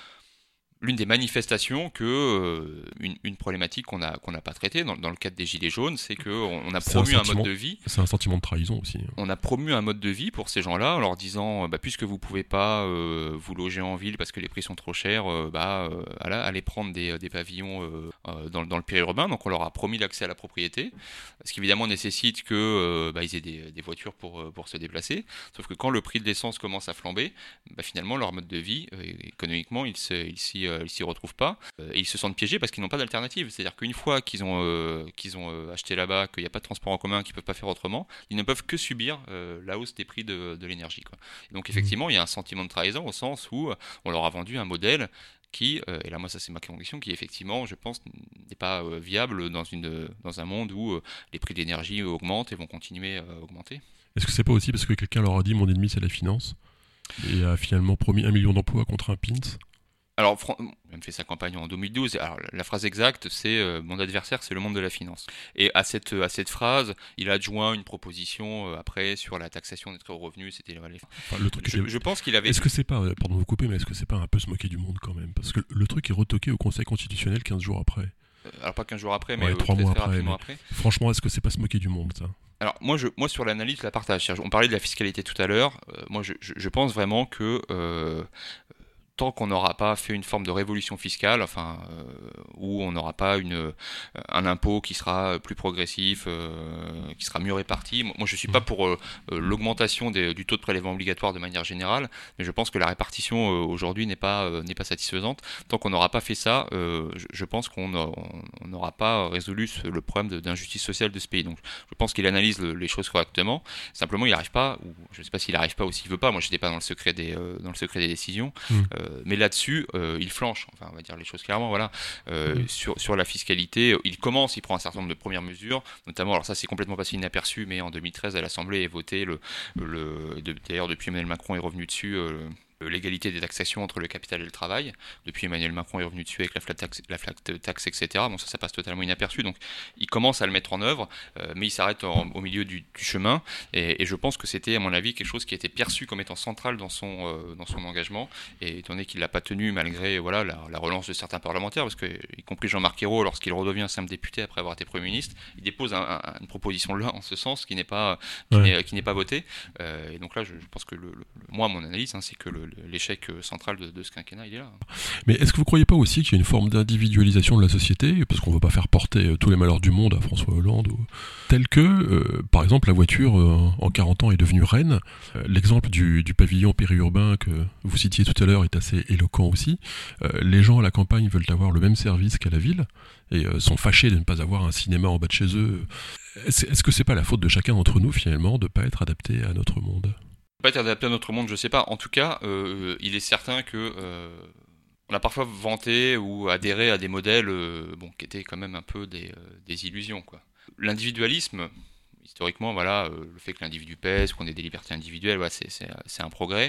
l'une des manifestations que euh, une, une problématique qu'on a qu'on n'a pas traitée dans, dans le cadre des gilets jaunes, c'est que on, on a C'est un promu un mode sentiment, de vie. c'est un sentiment de trahison aussi. On a promu un mode de vie pour ces gens-là en leur disant euh, bah, puisque vous pouvez pas euh, vous loger en ville parce que les prix sont trop chers, euh, bah euh, voilà, allez prendre des, des pavillons euh, euh, dans, dans le périurbain. Donc on leur a promis l'accès à la propriété, ce qui évidemment nécessite que euh, bah, ils aient des, des voitures pour, euh, pour se déplacer. Sauf que quand le prix de l'essence commence à flamber, bah, finalement leur mode de vie euh, économiquement ils se, ils s'y, euh, ils s'y retrouvent pas. Euh, et ils se sentent piégés parce qu'ils n'ont pas d'alternative. C'est-à-dire qu'une fois qu'ils ont, euh, qu'ils ont euh, acheté là-bas, qu'il n'y a pas de transport en commun, qu'ils peuvent pas faire autrement, ils ne peuvent que subir euh, la hausse des prix de, de l'énergie, quoi. Et donc Mmh. effectivement, il y a un sentiment de trahison au sens où euh, on leur a vendu un modèle qui, euh, et là moi ça c'est ma conviction, qui effectivement, je pense, n'est pas euh, viable dans, une, dans un monde où euh, les prix de l'énergie augmentent et vont continuer à augmenter. Est-ce que c'est pas aussi parce que quelqu'un leur a dit mon ennemi c'est la finance et a finalement promis un million d'emplois contre un pint? Alors, Fran- il a même fait sa campagne en deux mille douze. Alors, la phrase exacte, c'est euh, mon adversaire, c'est le monde de la finance. Et à cette, à cette phrase, il a adjoint une proposition euh, après sur la taxation des très hauts revenus. C'était les- Enfin, le truc je, était- je pense qu'il avait. Est-ce que c'est pas, euh, pardon de vous couper, mais est-ce que c'est pas un peu se moquer du monde quand même? Parce que le truc est retoqué au Conseil constitutionnel quinze jours après. euh, Alors, pas quinze jours après, mais Ouais, euh, trois peut-être mois très après. rapidement Mais après. franchement, est-ce que c'est pas se moquer du monde, ça? Alors, moi, je, moi sur l'analyse, je la partage. C'est-à-dire, on parlait de la fiscalité tout à l'heure. Euh, moi, je, je- je pense vraiment que. euh, tant qu'on n'aura pas fait une forme de révolution fiscale, enfin, euh, où on n'aura pas une, euh, un impôt qui sera plus progressif, euh, qui sera mieux réparti. Moi, je suis Mmh. pas pour euh, euh, l'augmentation des- du taux de prélèvement obligatoire de manière générale, mais je pense que la répartition euh, aujourd'hui n'est pas euh, n'est pas satisfaisante. Tant qu'on n'aura pas fait ça, euh, je, je pense qu'on a- on n'aura pas résolu ce- le problème de- d'injustice sociale de ce pays. Donc, je pense qu'il analyse le- les choses correctement. Simplement, il n'arrive pas, ou je ne sais pas s'il n'arrive pas ou s'il veut pas. Moi, j'étais pas dans le secret des euh, dans le secret des décisions. Mmh. Euh, mais là-dessus, euh, il flanche, enfin on va dire les choses clairement, voilà. Euh, Mmh. sur, sur la fiscalité, il commence, il prend un certain nombre de premières mesures, notamment, alors ça c'est complètement passé inaperçu, mais en deux mille treize à l'Assemblée est voté, le, le, de- d'ailleurs depuis Emmanuel Macron est revenu dessus, euh, l'égalité des taxations entre le capital et le travail. Depuis, Emmanuel Macron est revenu dessus avec la flat tax, la flat tax et cetera. Bon, ça, ça passe totalement inaperçu. Donc, il commence à le mettre en œuvre, euh, mais il s'arrête en- au milieu du, du chemin. Et, et je pense que c'était, à mon avis, quelque chose qui était perçu comme étant central dans son, euh, dans son engagement. Et étant donné qu'il l'a pas tenu, malgré voilà, la, la relance de certains parlementaires, parce que, y compris Jean-Marc Ayrault, lorsqu'il redevient simple député après avoir été Premier ministre, il dépose un, un, une proposition là en ce sens qui n'est pas, qui Ouais. n'est, qui n'est pas votée. Euh, et donc là, je, je pense que le, le- moi, mon analyse, hein, c'est que le, le- l'échec euh, central de, de ce quinquennat, il est là. Mais est-ce que vous croyez pas aussi qu'il y a une forme d'individualisation de la société, parce qu'on ne veut pas faire porter euh, tous les malheurs du monde à François Hollande, ou... tel que, euh, par exemple, la voiture euh, en quarante ans est devenue reine. Euh, l'exemple du, du pavillon périurbain que vous citiez tout à l'heure est assez éloquent aussi. Euh, les gens à la campagne veulent avoir le même service qu'à la ville et euh, sont fâchés de ne pas avoir un cinéma en bas de chez eux. Est-ce, est-ce que c'est pas la faute de chacun d'entre nous finalement de ne pas être adapté à notre monde? Pas être adapté à notre monde, je sais pas. En tout cas, euh, il est certain que euh, on a parfois vanté ou adhéré à des modèles euh, bon, qui étaient quand même un peu des, euh, des illusions, quoi. L'individualisme, historiquement, voilà, euh, le fait que l'individu pèse, qu'on ait des libertés individuelles, voilà, c'est, c'est, c'est un progrès.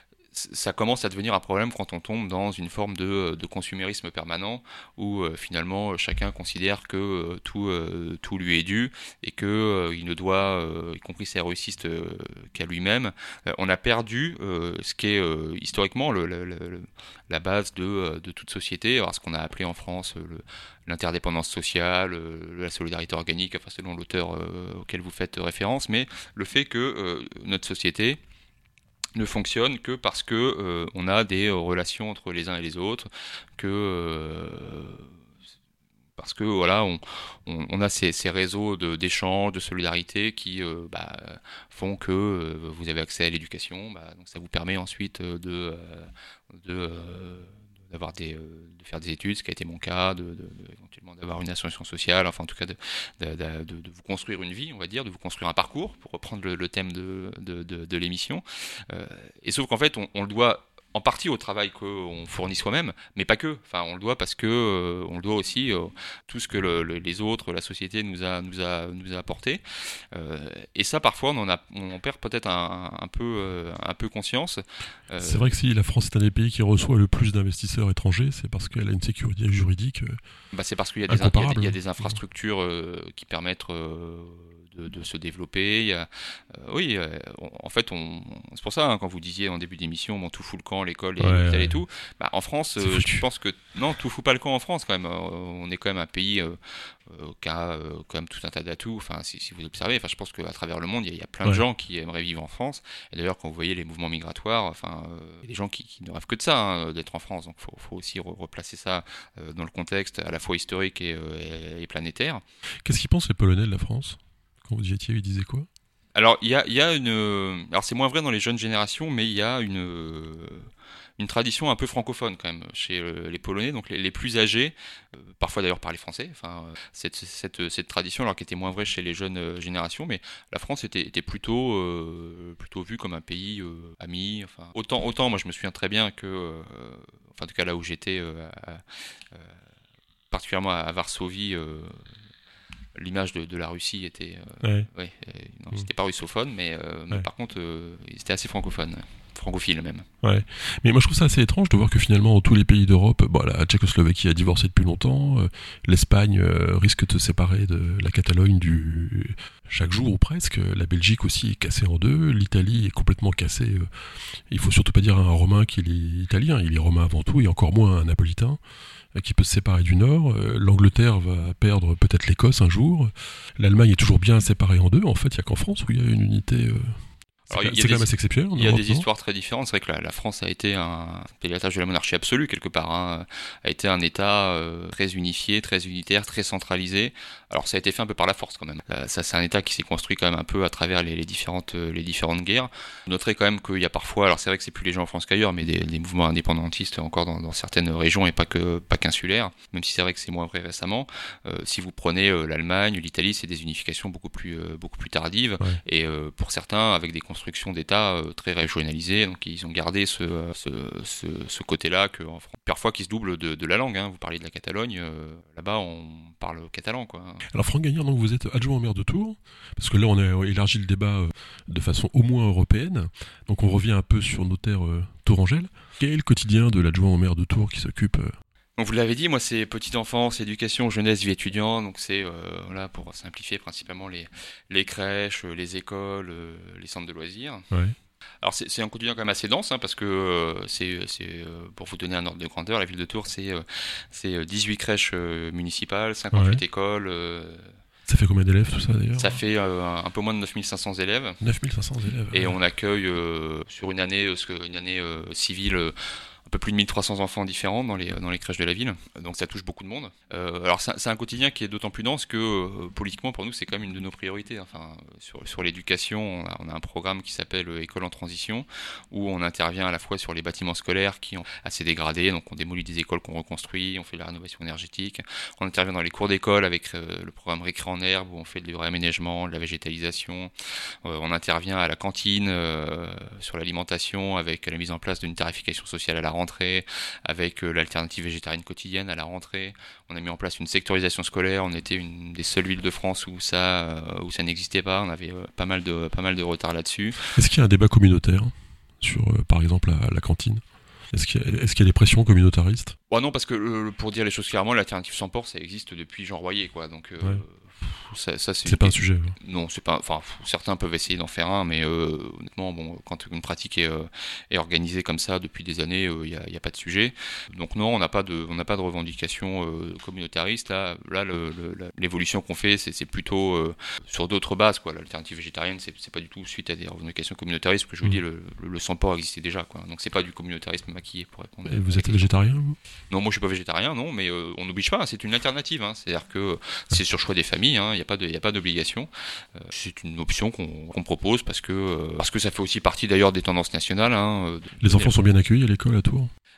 Ça commence à devenir un problème quand on tombe dans une forme de, de consumérisme permanent où euh, finalement chacun considère que euh, tout, euh, tout lui est dû et que euh, il ne doit, euh, y compris ses réussistes, euh, qu'à lui-même. Euh, on a perdu euh, ce qui est euh, historiquement le, le, le, la base de, de toute société, alors ce qu'on a appelé en France le, l'interdépendance sociale, euh, la solidarité organique, enfin selon l'auteur euh, auquel vous faites référence, mais le fait que euh, notre société ne fonctionne que parce que euh, on a des euh, relations entre les uns et les autres, que euh, parce que voilà, on, on, on a ces, ces réseaux de, d'échange, de solidarité qui euh, bah, font que euh, vous avez accès à l'éducation, bah, donc ça vous permet ensuite euh, de, euh, de euh, d'avoir des, euh, de faire des études, ce qui a été mon cas, de, de, de éventuellement d'avoir une ascension sociale, enfin en tout cas de, de, de, de vous construire une vie, on va dire, de vous construire un parcours, pour reprendre le, le thème de, de, de, de l'émission. Euh, et sauf qu'en fait, on, on le doit en partie au travail qu'on fournit soi-même, mais pas que. Enfin, on le doit parce que euh, on le doit aussi euh, tout ce que le, le, les autres, la société nous a nous a nous a apporté. Euh, et ça, parfois, on en a, on en perd peut-être un, un peu euh, un peu conscience. Euh, c'est vrai que si la France est un des pays qui reçoit le plus d'investisseurs étrangers, c'est parce qu'elle a une sécurité juridique. Euh, bah, c'est parce qu'il y a des, il y a, il y a des infrastructures euh, qui permettent euh, De, de se développer. Il y a, euh, oui, euh, on, en fait, on, c'est pour ça, hein, quand vous disiez en début d'émission, bon, tout fout le camp, l'école, ouais, l'hôpital ouais. et tout, bah, en France, euh, je pense que non, tout fout pas le camp en France quand même. Euh, on est quand même un pays euh, euh, qui a euh, quand même tout un tas d'atouts. Enfin, si, si vous observez, enfin, je pense qu'à travers le monde, il y, y a plein ouais. de gens qui aimeraient vivre en France. Et d'ailleurs, quand vous voyez les mouvements migratoires, enfin, euh, il y a des gens qui, qui ne rêvent que de ça, hein, d'être en France. Donc, faut, faut aussi re- replacer ça euh, dans le contexte à la fois historique et, euh, et, et planétaire. Qu'est-ce qu'ils pensent les Polonais de la France ? Quand vous y étiez, ils disaient quoi ? Alors, il y a, y a une... Alors, c'est moins vrai dans les jeunes générations, mais il y a une, une tradition un peu francophone, quand même, chez les Polonais, donc les, les plus âgés, euh, parfois d'ailleurs par les Français, enfin, cette, cette, cette tradition, alors qui était moins vraie chez les jeunes générations, mais la France était, était plutôt, euh, plutôt vue comme un pays euh, ami. Enfin, autant, autant, moi, je me souviens très bien que... Euh, enfin, en tout cas, là où j'étais, euh, à, à, particulièrement à Varsovie... Euh, l'image de, de la Russie était euh, ouais. Ouais, euh, non, c'était pas russophone mais, euh, mais ouais. par contre euh, c'était assez francophone, francophile même. Ouais. Mais moi je trouve ça assez étrange de voir que finalement dans tous les pays d'Europe, bon, la Tchécoslovaquie a divorcé depuis longtemps, euh, l'Espagne euh, risque de se séparer de la Catalogne du chaque jour ou presque, la Belgique aussi est cassée en deux, l'Italie est complètement cassée. Euh, il faut surtout pas dire à un Romain qu'il est italien, il est romain avant tout et encore moins un napolitain qui peut se séparer du Nord. Euh, L'Angleterre va perdre peut-être l'Écosse un jour. L'Allemagne est toujours bien séparée en deux. En fait, il n'y a qu'en France où il y a une unité... Euh... C'est, Alors, c'est quand des, même assez exceptionnel. Il y a des histoires très différentes. C'est vrai que la, la France a été un héritage de la monarchie absolue, quelque part. Hein, a été un État euh, très unifié, très unitaire, très centralisé. Alors ça a été fait un peu par la force quand même. Euh, ça, c'est un État qui s'est construit quand même un peu à travers les, les, différentes, euh, les différentes guerres. Vous noterez quand même qu'il y a parfois, alors c'est vrai que c'est plus les gens en France qu'ailleurs, mais des, des mouvements indépendantistes encore dans, dans certaines régions et pas, que, pas qu'insulaires, même si c'est vrai que c'est moins vrai récemment. Euh, si vous prenez euh, l'Allemagne, l'Italie, c'est des unifications beaucoup plus, euh, beaucoup plus tardives. Ouais. Et euh, pour certains, avec des constructions d'État euh, très régionalisées, donc ils ont gardé ce, ce, ce, ce côté-là, que, en, parfois qui se double de, de la langue. Hein. Vous parlez de la Catalogne, euh, là-bas on parle catalan, quoi. Alors Franck Gagnard, donc vous êtes adjoint au maire de Tours, parce que là on a élargi le débat de façon au moins européenne, donc on revient un peu sur nos terres euh, tourangelles. Quel est le quotidien de l'adjoint au maire de Tours qui s'occupe euh... Donc vous l'avez dit, moi c'est petite enfance, éducation, jeunesse, vie étudiante, donc c'est, euh, voilà, pour simplifier, principalement les, les crèches, les écoles, euh, les centres de loisirs. Ouais. Alors c'est, c'est un quotidien quand même assez dense, hein, parce que euh, c'est, c'est euh, pour vous donner un ordre de grandeur, la ville de Tours c'est, euh, c'est dix-huit crèches euh, municipales, cinquante-huit ouais. écoles. Euh, Ça fait combien d'élèves tout ça d'ailleurs ? Ça fait euh, un peu moins de neuf mille cinq cents élèves. neuf mille cinq cents élèves. Et ouais. on accueille euh, sur une année, une année euh, civile, euh, un peu plus de mille trois cents enfants différents dans les, dans les crèches de la ville, donc ça touche beaucoup de monde. Euh, alors c'est, c'est un quotidien qui est d'autant plus dense que euh, politiquement pour nous c'est quand même une de nos priorités. Enfin, sur, sur l'éducation, on a, on a un programme qui s'appelle École en transition, où on intervient à la fois sur les bâtiments scolaires qui ont assez dégradé, donc on démolit des écoles qu'on reconstruit, on fait de la rénovation énergétique, on intervient dans les cours d'école avec euh, le programme Récré en herbe, où on fait du réaménagement, de la végétalisation, euh, on intervient à la cantine euh, sur l'alimentation avec la mise en place d'une tarification sociale à la rentrée, avec euh, l'alternative végétarienne quotidienne à la rentrée. On a mis en place une sectorisation scolaire. On était une des seules villes de France où ça, euh, où ça n'existait pas. On avait euh, pas mal de, pas mal de retard là-dessus. Est-ce qu'il y a un débat communautaire sur, euh, par exemple, la, la cantine ? Est-ce qu'il, y a, est-ce qu'il y a des pressions communautaristes ? Bon, non, parce que euh, pour dire les choses clairement, l'alternative sans porc, ça existe depuis Jean Royer, quoi. Donc, euh, ouais. Ça, ça, c'est c'est pas un sujet. Ouais. Non, c'est pas. Enfin, certains peuvent essayer d'en faire un, mais euh, honnêtement, bon, quand une pratique est, euh, est organisée comme ça depuis des années, il euh, n'y a, y a pas de sujet. Donc non, on n'a pas de, on n'a pas de revendication euh, communautariste. Là, là, le, le, la, l'évolution qu'on fait, c'est, c'est plutôt euh, sur d'autres bases, quoi. L'alternative végétarienne, c'est, c'est pas du tout suite à des revendications communautaristes. Parce que je vous mmh. dis, le, le, le sans porc existait déjà, quoi. Donc c'est pas du communautarisme maquillé pour répondre. Et vous êtes végétarien ? Non, moi je suis pas végétarien, non, mais euh, on n'oblige pas. C'est une alternative. Hein. C'est-à-dire que c'est sur choix des familles. Hein. Il n'y a pas de, il y a pas d'obligation. Euh, c'est une option qu'on, qu'on propose parce que, euh, parce que ça fait aussi partie d'ailleurs des tendances nationales. Hein, les enfants sont bien accueillis à l'école à Tours ?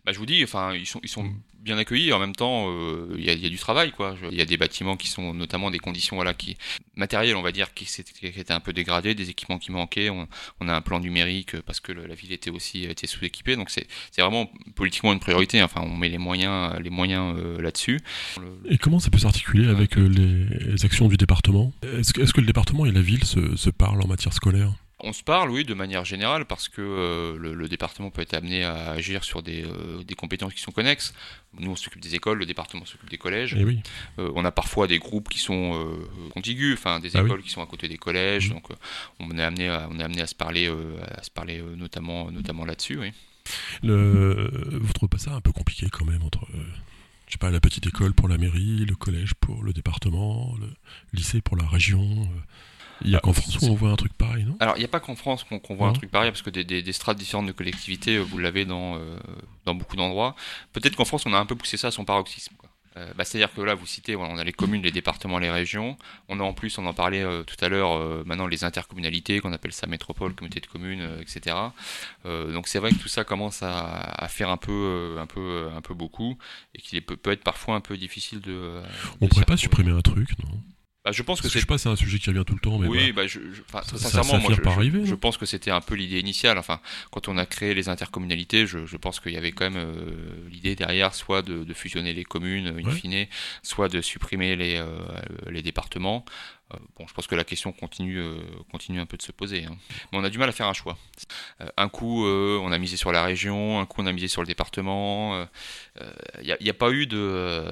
Bah, je vous dis, enfin, ils sont, ils sont bien accueillis. En même temps, il euh, y, y a du travail, quoi. Il y a des bâtiments qui sont notamment des conditions, voilà, qui matériel, on va dire, qui, qui étaient un peu dégradés, des équipements qui manquaient. On, on a un plan numérique parce que le, la ville était aussi était sous-équipée. Donc c'est, c'est vraiment politiquement une priorité. Enfin, on met les moyens, les moyens euh, là-dessus. Et comment ça peut s'articuler avec euh, les, les actions du département ? Est-ce que, est-ce que le département et la ville se, se parlent en matière scolaire ? On se parle, oui, de manière générale, parce que euh, le, le département peut être amené à agir sur des, euh, des compétences qui sont connexes. Nous, on s'occupe des écoles, le département s'occupe des collèges. Et oui. Euh, on a parfois des groupes qui sont euh, contigus, enfin des ah écoles oui. qui sont à côté des collèges. Mmh. Donc, euh, on est amené à, on est amené à se parler, euh, à se parler euh, notamment, notamment là-dessus. Oui. Le... Vous trouvez pas ça un peu compliqué quand même entre, euh, je sais pas, la petite école pour la mairie, le collège pour le département, le lycée pour la région euh... Il n'y a qu'en France où on voit un truc pareil, non ? Alors, il n'y a pas qu'en France qu'on, qu'on voit non. un truc pareil, parce que des, des, des strates différentes de collectivités, vous l'avez dans, euh, dans beaucoup d'endroits. Peut-être qu'en France, on a un peu poussé ça à son paroxysme, quoi. Euh, bah, c'est-à-dire que là, vous citez, voilà, on a les communes, les départements, les régions. On a en plus, on en parlait euh, tout à l'heure, euh, maintenant les intercommunalités, qu'on appelle ça métropole, communauté de communes, euh, et cetera. Euh, donc c'est vrai que tout ça commence à, à faire un peu, euh, un peu, un peu beaucoup, et qu'il peut, peut être parfois un peu difficile de. de on pourrait pas supprimer un truc, non ? Bah, je pense que, que c'est... je sais pas, c'est un sujet qui revient tout le temps, mais oui, voilà. bah, je, je, enfin, ça, sincèrement, ça, ça moi, je, arriver, je, je pense que c'était un peu l'idée initiale. Enfin, quand on a créé les intercommunalités, je, je pense qu'il y avait quand même euh, l'idée derrière, soit de, de fusionner les communes, in ouais. fine, soit de supprimer les, euh, les départements. Euh, bon, je pense que la question continue, euh, continue un peu de se poser, hein. Mais on a du mal à faire un choix. Euh, un coup, euh, on a misé sur la région, un coup, on a misé sur le département. Il euh, n'y a, a pas eu de,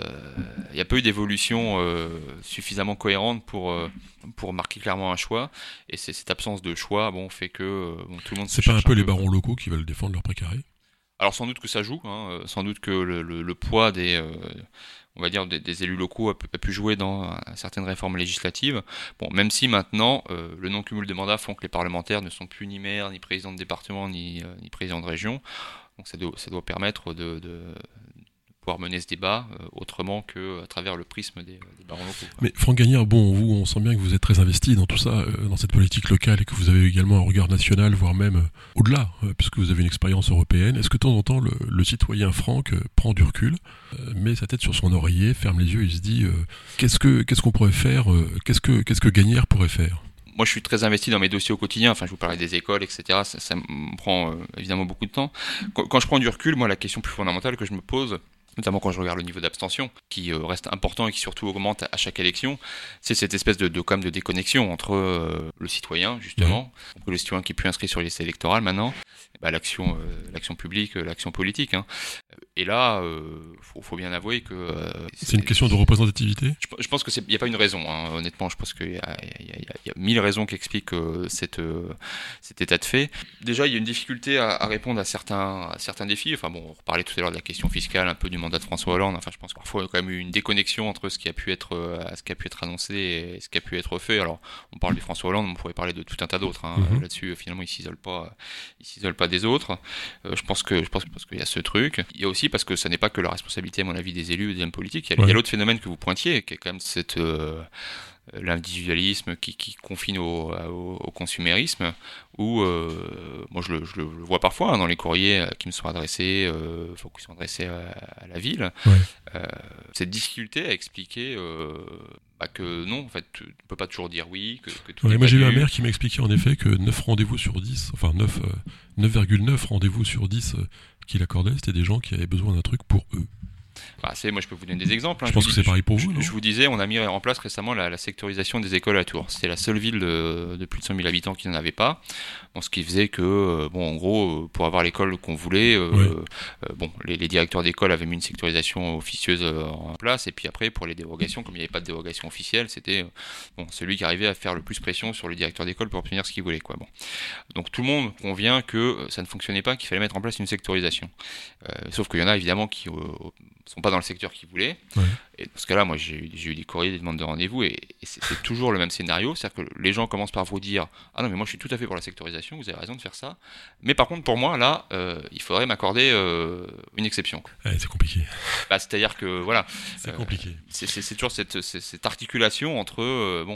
il euh, a pas eu d'évolution euh, suffisamment cohérente pour euh, pour marquer clairement un choix. Et c'est cette absence de choix, bon, fait que euh, bon, tout le monde. C'est pas un peu les barons locaux qui veulent défendre leur précaré ? Alors sans doute que ça joue, hein, sans doute que le, le, le poids des euh, on va dire des, des élus locaux a pu, a pu jouer dans euh, certaines réformes législatives. Bon, même si maintenant euh, le non-cumul des mandats font que les parlementaires ne sont plus ni maires, ni présidents de département, ni, euh, ni présidents de région. Donc ça doit, ça doit permettre de, de, de pouvoir mener ce débat euh, autrement qu'à travers le prisme des, des barons locaux. Quoi. Mais Franck Gagnard, bon, vous, on sent bien que vous êtes très investi dans tout ça, euh, dans cette politique locale, et que vous avez également un regard national, voire même euh, au-delà, euh, puisque vous avez une expérience européenne. Est-ce que de temps en temps, le, le citoyen Franck euh, prend du recul, euh, met sa tête sur son oreiller, ferme les yeux et se dit euh, qu'est-ce que qu'est-ce qu'on pourrait faire, euh, qu'est-ce que qu'est-ce que Gagnard pourrait faire ? Moi, je suis très investi dans mes dossiers au quotidien. Enfin, je vous parlais des écoles, et cetera. Ça, ça me prend euh, évidemment beaucoup de temps. Quand, quand je prends du recul, moi, la question plus fondamentale que je me pose, notamment quand je regarde le niveau d'abstention, qui euh, reste important et qui surtout augmente à, à chaque élection, c'est cette espèce de, de, quand même de déconnexion entre euh, le citoyen, justement, mmh. le citoyen qui est plus inscrit sur les listes électorales maintenant, bah, l'action, euh, l'action publique, l'action politique. Hein. Et là, il euh, faut, faut bien avouer que... Euh, c'est, c'est une question de représentativité ? je, je pense qu'il n'y a pas une raison, hein. Honnêtement, je pense qu'il y a, y, a, y a mille raisons qui expliquent euh, cette, euh, cet état de fait. Déjà, il y a une difficulté à, à répondre à certains, à certains défis. Enfin bon, on parlait tout à l'heure de la question fiscale, un peu du mandat de François Hollande. Enfin, je pense que parfois il y a quand même eu une déconnexion entre ce qui a pu être, euh, ce qui a pu être annoncé et ce qui a pu être fait. Alors, on parle de François Hollande, on pourrait parler de tout un tas d'autres. Hein. Mm-hmm. Là-dessus, finalement, il s'isole pas, il s'isole pas des autres. Euh, je pense que, je pense parce qu'il y a ce truc. Il y a aussi parce que ça n'est pas que la responsabilité, à mon avis, des élus et des hommes politiques. Il y a, ouais. il y a l'autre phénomène que vous pointiez, qui est quand même cette euh, l'individualisme qui, qui confine au, au, au consumérisme, où euh, moi je le, je le vois parfois hein, dans les courriers qui me sont adressés, euh, qui sont adressés à, à la ville, ouais. euh, cette difficulté à expliquer euh, bah, que non, en fait, tu ne peux pas toujours dire oui, que, que tout ouais, est moi j'ai eu dû. un maire qui m'a expliqué en effet que neuf rendez-vous sur dix, enfin neuf virgule neuf rendez-vous sur dix euh, qu'il accordait, c'était des gens qui avaient besoin d'un truc pour eux. Bah, c'est, moi je peux vous donner des exemples. Hein. Je pense je que dis, c'est pareil pour je, vous. Je, je vous disais, on a mis en place récemment la, la sectorisation des écoles à Tours. C'était la seule ville de, de plus de cent mille habitants qui n'en avait pas. Bon, ce qui faisait que, bon, en gros, pour avoir l'école qu'on voulait, euh, oui. euh, bon, les, les directeurs d'école avaient mis une sectorisation officieuse en place. Et puis après, pour les dérogations, comme il n'y avait pas de dérogation officielle, c'était bon, celui qui arrivait à faire le plus pression sur le directeur d'école pour obtenir ce qu'il voulait, quoi. Bon. Donc tout le monde convient que ça ne fonctionnait pas, qu'il fallait mettre en place une sectorisation. Euh, sauf qu'il y en a évidemment qui ne euh, sont pas dans le secteur qu'ils voulaient. Ouais. Et dans ce cas-là, moi j'ai, j'ai eu des courriers, des demandes de rendez-vous, et, et c'est, c'est toujours le même scénario, c'est-à-dire que les gens commencent par vous dire « Ah non, mais moi je suis tout à fait pour la sectorisation, vous avez raison de faire ça, mais par contre pour moi, là, euh, il faudrait m'accorder euh, une exception. » Ouais, c'est compliqué. Bah, c'est-à-dire que, voilà. C'est euh, compliqué. C'est, c'est, c'est toujours cette, cette, cette articulation entre, euh, bon,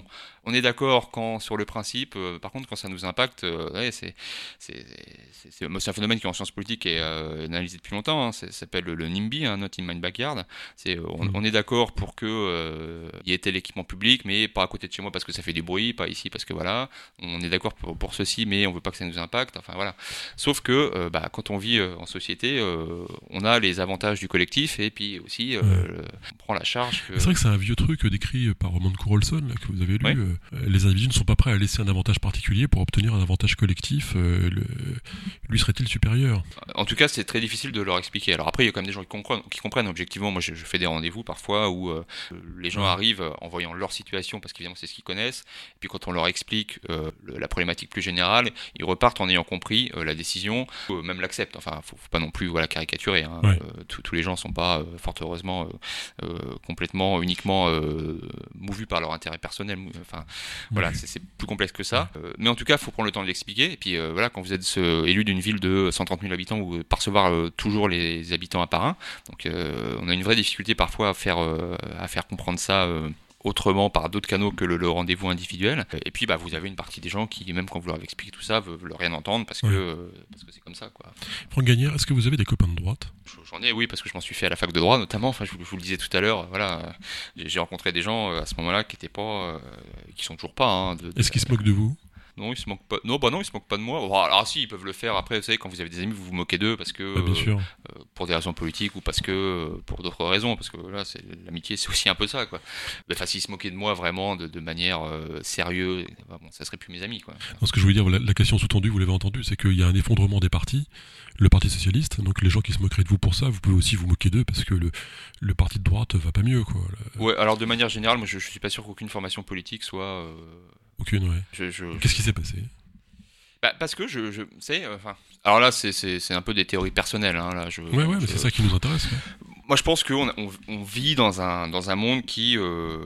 on est d'accord quand sur le principe, euh, par contre quand ça nous impacte, euh, ouais, c'est, c'est, c'est, c'est, c'est un phénomène qui en sciences politiques est euh, analysé depuis longtemps, hein, ça s'appelle le, le NIMBY, hein, Not in My Backyard. C'est, on, on est d'accord pour que euh, y ait tel équipement public, mais pas à côté de chez moi parce que ça fait du bruit, pas ici parce que voilà, on est d'accord pour, pour ceci, mais on veut pas que ça nous impacte, enfin voilà. Sauf que euh, bah, quand on vit euh, en société, euh, on a les avantages du collectif et puis aussi euh, ouais. le, on prend la charge. Que... C'est vrai que c'est un vieux truc décrit par Roman Kourolson, là, que vous avez lu. Oui. Euh, les individus ne sont pas prêts à laisser un avantage particulier pour obtenir un avantage collectif. Euh, le... Lui serait-il supérieur ? En tout cas, c'est très difficile de leur expliquer. Alors après, il y a quand même des gens qui comprennent, qui comprennent objectivement. Moi, je, je fais des rendez-vous parfois où euh, les gens ouais. arrivent en voyant leur situation, parce qu'évidemment, c'est ce qu'ils connaissent. Et puis quand on leur explique euh, le, la problématique plus générale, ils repartent en ayant compris euh, la décision, euh, même l'acceptent. Enfin, faut, faut pas non plus voilà, caricaturer. Hein. Ouais. Euh, tous les gens sont pas, euh, fort heureusement, euh, euh, complètement, uniquement euh, mouvus par leur intérêt personnel. Enfin, ouais. voilà, c'est, c'est plus complexe que ça. Ouais. Euh, mais en tout cas, il faut prendre le temps de l'expliquer. Et puis euh, voilà, quand vous êtes euh, élu d'une ville de cent trente mille habitants, vous percevoir euh, toujours les habitants un par un. Donc, euh, on a une vraie difficulté parfois à faire, euh, à faire comprendre ça. Euh, autrement par d'autres canaux que le, le rendez-vous individuel. Et puis bah, vous avez une partie des gens qui, même quand vous leur expliquez tout ça, veulent, veulent rien entendre parce que, ouais. euh, parce que c'est comme ça, quoi. Franck Gagnère, est-ce que vous avez des copains de droite ? J'en ai, oui, parce que je m'en suis fait à la fac de droit notamment. Enfin, je vous, je vous le disais tout à l'heure, voilà, j'ai rencontré des gens à ce moment-là qui étaient pas, euh, qui sont toujours pas. Hein, de, de, est-ce qu'ils se moquent de vous ? Non, ils se moquent pas. Non, bah non, ils se moquent pas de moi. Bon, alors si, ils peuvent le faire. Après, vous savez, quand vous avez des amis, vous vous moquez d'eux parce que ah, bien sûr. Euh, pour des raisons politiques ou parce que euh, pour d'autres raisons, parce que là, c'est, l'amitié, c'est aussi un peu ça, quoi. Enfin, s'ils se moquaient de moi vraiment de, de manière euh, sérieuse, bah, bon, ça serait plus mes amis, quoi. Non, ce que je voulais dire, la, la question sous-tendue, vous l'avez entendu, c'est qu'il y a un effondrement des partis. Le Parti socialiste, donc les gens qui se moqueraient de vous pour ça, vous pouvez aussi vous moquer d'eux parce que le, le parti de droite va pas mieux, quoi. La... Ouais, alors de manière générale, moi, je, je suis pas sûr qu'aucune formation politique soit. Euh... Aucune, ouais. Je, je, Qu'est-ce je... qui s'est passé ? Bah, parce que je, je sais, enfin, euh, alors là, c'est, c'est, c'est un peu des théories personnelles, hein, là. Je, ouais, ouais, je, mais c'est ça qui nous intéresse. Ouais. Moi, je pense qu'on on, on vit dans un dans un monde qui euh,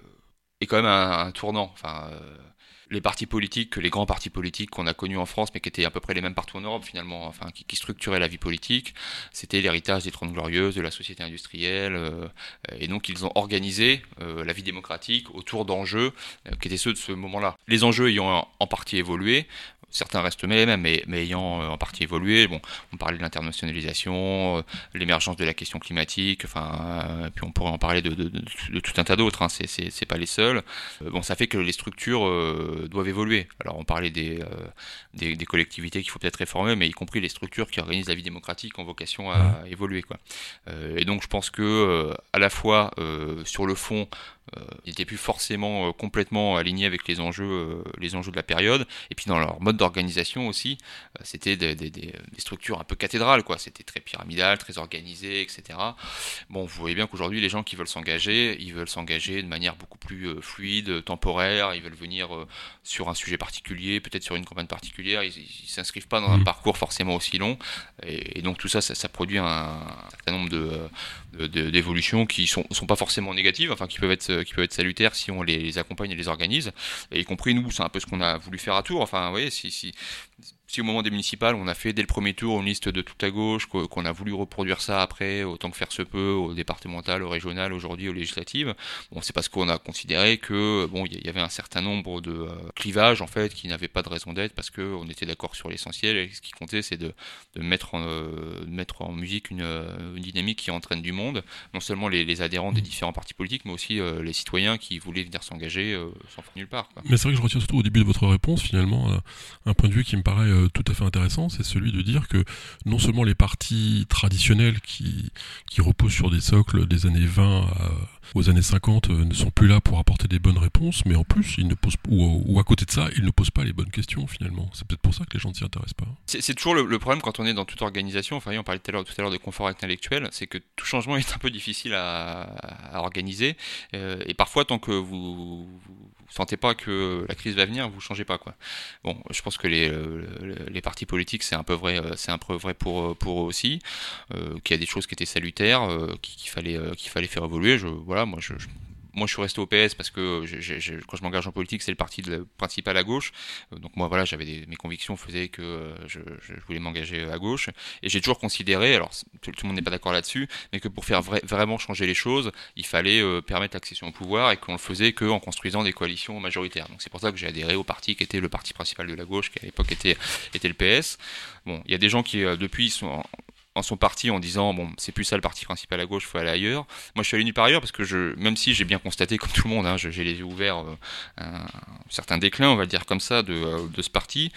est quand même un, un tournant. Enfin, euh, les partis politiques, les grands partis politiques qu'on a connus en France, mais qui étaient à peu près les mêmes partout en Europe finalement, enfin, qui, qui structuraient la vie politique, c'était l'héritage des Trente Glorieuses, de la société industrielle, euh, et donc ils ont organisé euh, la vie démocratique autour d'enjeux euh, qui étaient ceux de ce moment-là. Les enjeux ayant en, en partie évolué. Certains restent les mêmes, mais, mais ayant euh, en partie évolué. Bon, on parlait de l'internationalisation, euh, l'émergence de la question climatique, enfin, euh, puis on pourrait en parler de, de, de, de tout un tas d'autres, hein, c'est, c'est, c'est pas les seuls. Euh, bon, ça fait que les structures euh, doivent évoluer. Alors, on parlait des, euh, des, des collectivités qu'il faut peut-être réformer, mais y compris les structures qui organisent la vie démocratique ont vocation à mmh. évoluer, quoi. Euh, et donc, je pense que, euh, à la fois, euh, sur le fond, Euh, ils n'étaient plus forcément euh, complètement alignés avec les enjeux, euh, les enjeux de la période, et puis dans leur mode d'organisation aussi, euh, c'était des, des, des, des structures un peu cathédrales, quoi. C'était très pyramidal, très organisé, et cetera. Bon, vous voyez bien qu'aujourd'hui, les gens qui veulent s'engager, ils veulent s'engager de manière beaucoup plus euh, fluide, temporaire, ils veulent venir euh, sur un sujet particulier, peut-être sur une campagne particulière, ils ne s'inscrivent pas dans un mmh. parcours forcément aussi long, et, et donc tout ça, ça, ça produit un, un certain nombre de, de, de, d'évolutions qui ne sont, sont pas forcément négatives, enfin qui peuvent être qui peuvent être salutaires si on les, les accompagne et les organise, et y compris nous, c'est un peu ce qu'on a voulu faire à Tours. Enfin, vous voyez, si, si, si au moment des municipales, on a fait dès le premier tour une liste de toute à gauche, qu'on a voulu reproduire ça après, autant que faire se peut, au départemental, au régional, aujourd'hui aux législatives, bon, c'est parce qu'on a considéré que bon, il y avait un certain nombre de euh, clivages en fait qui n'avaient pas de raison d'être, parce qu'on était d'accord sur l'essentiel, et ce qui comptait, c'est de, de mettre, en, euh, mettre en musique une, une dynamique qui entraîne du monde, non seulement les, les adhérents des différents partis politiques, mais aussi euh, les citoyens qui voulaient venir s'engager euh, sans faire nulle part, quoi. Mais c'est vrai que je retiens surtout au début de votre réponse, finalement, euh, un point de vue qui me paraît euh, tout à fait intéressant, c'est celui de dire que non seulement les partis traditionnels qui, qui reposent sur des socles des années vingt à, aux années cinquante euh, ne sont plus là pour apporter des bonnes réponses, mais en plus, ils ne posent, ou, ou à côté de ça, ils ne posent pas les bonnes questions, finalement. C'est peut-être pour ça que les gens ne s'y intéressent pas. C'est, c'est toujours le, le problème quand on est dans toute organisation, enfin, on parlait tout à l'heure, tout à l'heure de confort intellectuel, c'est que tout changement est un peu difficile à, à organiser, euh, et parfois, tant que vous, vous sentez pas que la crise va venir, vous changez pas, quoi. Bon, je pense que les, les partis politiques, c'est un peu vrai, c'est un peu vrai pour, pour eux aussi, euh, qu'il y a des choses qui étaient salutaires, euh, qu'il, qu'il, fallait, euh, qu'il fallait faire évoluer. Je, voilà, moi, je, je moi je suis resté au P S parce que j'ai, j'ai, quand je m'engage en politique, c'est le parti de la, principal à gauche. Euh, donc moi voilà, j'avais des, mes convictions faisaient que euh, je, je voulais m'engager à gauche. Et j'ai toujours considéré, alors tout, tout le monde n'est pas d'accord là-dessus, mais que pour faire vra- vraiment changer les choses, il fallait euh, permettre l'accession au pouvoir et qu'on le faisait qu'en construisant des coalitions majoritaires. Donc c'est pour ça que j'ai adhéré au parti qui était le parti principal de la gauche, qui à l'époque était, était le P S. Bon, il y a des gens qui euh, depuis sont en, en sont partis en disant bon c'est plus ça le parti principal à gauche, faut aller ailleurs. Moi je suis allé nulle part ailleurs parce que je, même si j'ai bien constaté comme tout le monde, hein, j'ai les yeux ouverts euh, un, un certain déclin on va le dire comme ça de, euh, de ce parti,